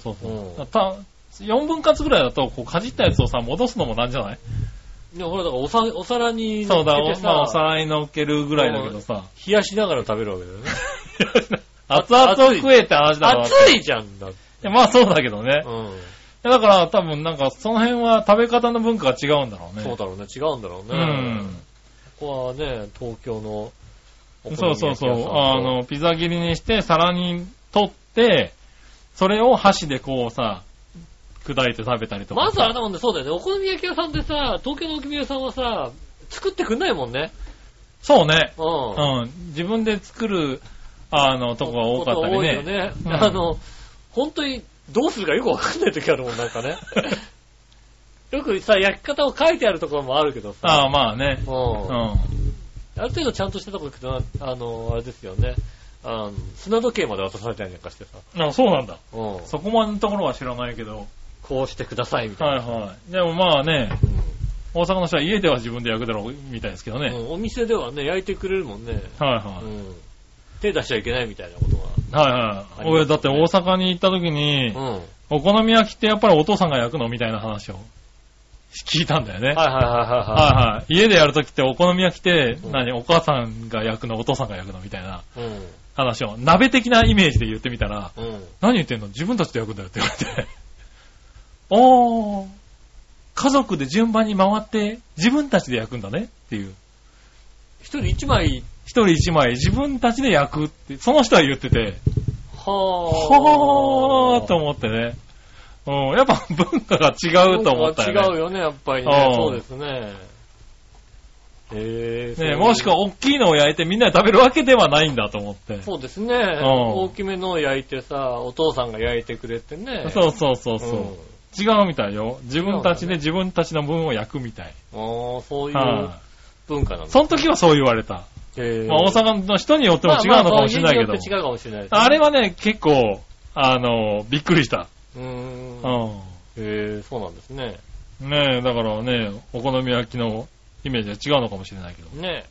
。4分割ぐらいだと、かじったやつをさ、戻すのもなんじゃない？ いや、ほら、だからお皿に乗っけてさ。お皿に乗っけるぐらいだけどさ。 冷やしながら食べるわけだよね。 熱々を食えって話だから。 熱いじゃんだって。 そうだけどね。だから多分なんかその辺は食べ方の文化が違うんだろうね。 そうだろうね。違うんだろうね。ここはね、東京のそう。ピザ切りにして皿に取って、それを箸でこうさ、砕いて食べたりとか。 まずあれだもんね、そうだよね。お好み焼き屋さんってさ、東京のお好み焼き屋さんはさ、作ってくんないもんね。 そうね。自分で作る、とこが多かったりね。多いよね。本当にどうするかよくわかんない時あるもん、なんかね。よくさ、焼き方を書いてあるところもあるけどさ。 まあね。 ある程度ちゃんとしたところ行くと、あれですよね。砂時計まで渡されたりなんかしてさ。 そうなんだ。そこまでのところは知らないけど。 こうしてくださいみたいな。 でも大阪の人は家では自分で焼くだろうみたいですけどね。 お店ではね、焼いてくれるもんね。手出しちゃいけないみたいなことが。俺だって大阪に行った時に、お好み焼きってやっぱりお父さんが焼くのみたいな話を聞いたんだよね。家でやるときってお好み焼きって、お母さんが焼くのお父さんが焼くのみたいな話を、鍋的なイメージで言ってみたら、何言ってんの自分たちで焼くんだよって言われて。家族で順番に回って自分たちで焼くんだねっていう。 一人一枚自分たちで焼くって、その人は言ってて、と思ってね。やっぱ文化が違うと思ったよね。 違うよね、やっぱりね。そうですね。 もしくは大きいのを焼いてみんなで食べるわけではないんだと思って。 そうですね。大きめのを焼いてさ、お父さんが焼いてくれてね。 そう。違うみたいよ。自分たちで自分たちの分を焼くみたい。 そういう文化なんだ。 その時はそう言われた。大阪の人によっても違うのかもしれないけど。 違うかもしれないですね。 あれはね、結構、びっくりした。 そうなんですね。 だからね、お好み焼きのイメージは違うのかもしれないけど。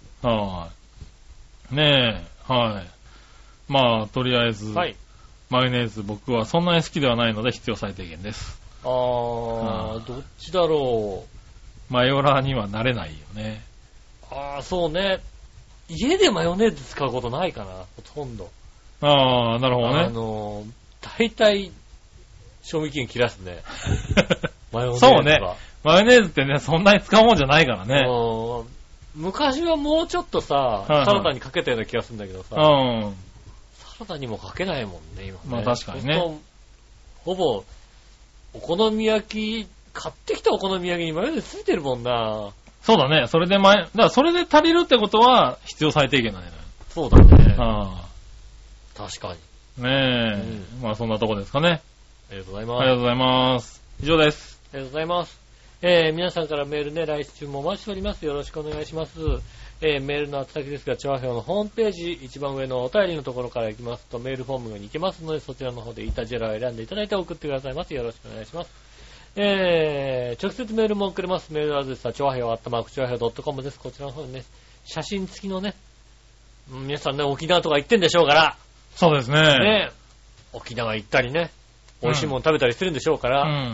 とりあえず、マヨネーズ僕はそんなに好きではないので必要最低限です。 どっちだろう。マヨラーにはなれないよね。 そうね。家でマヨネーズ使うことないかな、ほとんど。 なるほどね。 大体、 賞味期限切らすね。マヨネーズそうね。マヨネーズってね、そんなに使うもんじゃないからね。 昔はもうちょっとさ、サラダにかけたような気がするんだけどさ、サラダにもかけないもんね、今ね。 まあ確かにね。 ほぼ、お好み焼き、買ってきたお好み焼きにマヨネーズついてるもんな。 そうだね。それでだからそれで足りるってことは必要最低限なんだよね。 そうだね。確かに。 ねえ。まあそんなとこですかね。 ありがとうございます。 ありがとうございます。以上です。 ありがとうございます。皆さんからメールね、来週もお待ちしております。よろしくお願いします。メールの宛先ですが、チョアヘオのホームページ、一番上のお便りのところから行きますと、メールフォームに行けますので、そちらの方でイタジェラを選んでいただいて送ってくださいます。よろしくお願いします。直接メールも送れます。メールアドレスは、チョアヘオ@chioaheo.com です。こちらの方にね、写真付きのね、皆さんね、沖縄とか行ってんでしょうから。 そうですね。 ね、沖縄行ったりね、美味しいもの食べたりしてるんでしょうから、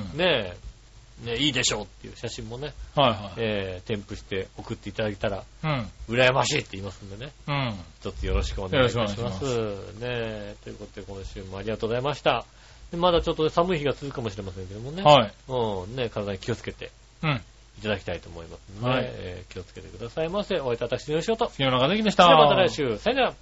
ね、いいでしょうっていう写真もね、添付して送っていただけたら、羨ましいって言いますんでね、一つよろしくお願いします。ね、ということで今週もありがとうございました。でまだちょっと、ね、寒い日が続くかもしれませんけどもね、ね、体に気をつけていただきたいと思いますので、気をつけてくださいませ。お会いいたい私のよしおと、 杉村和樹でした。 また来週、さよなら。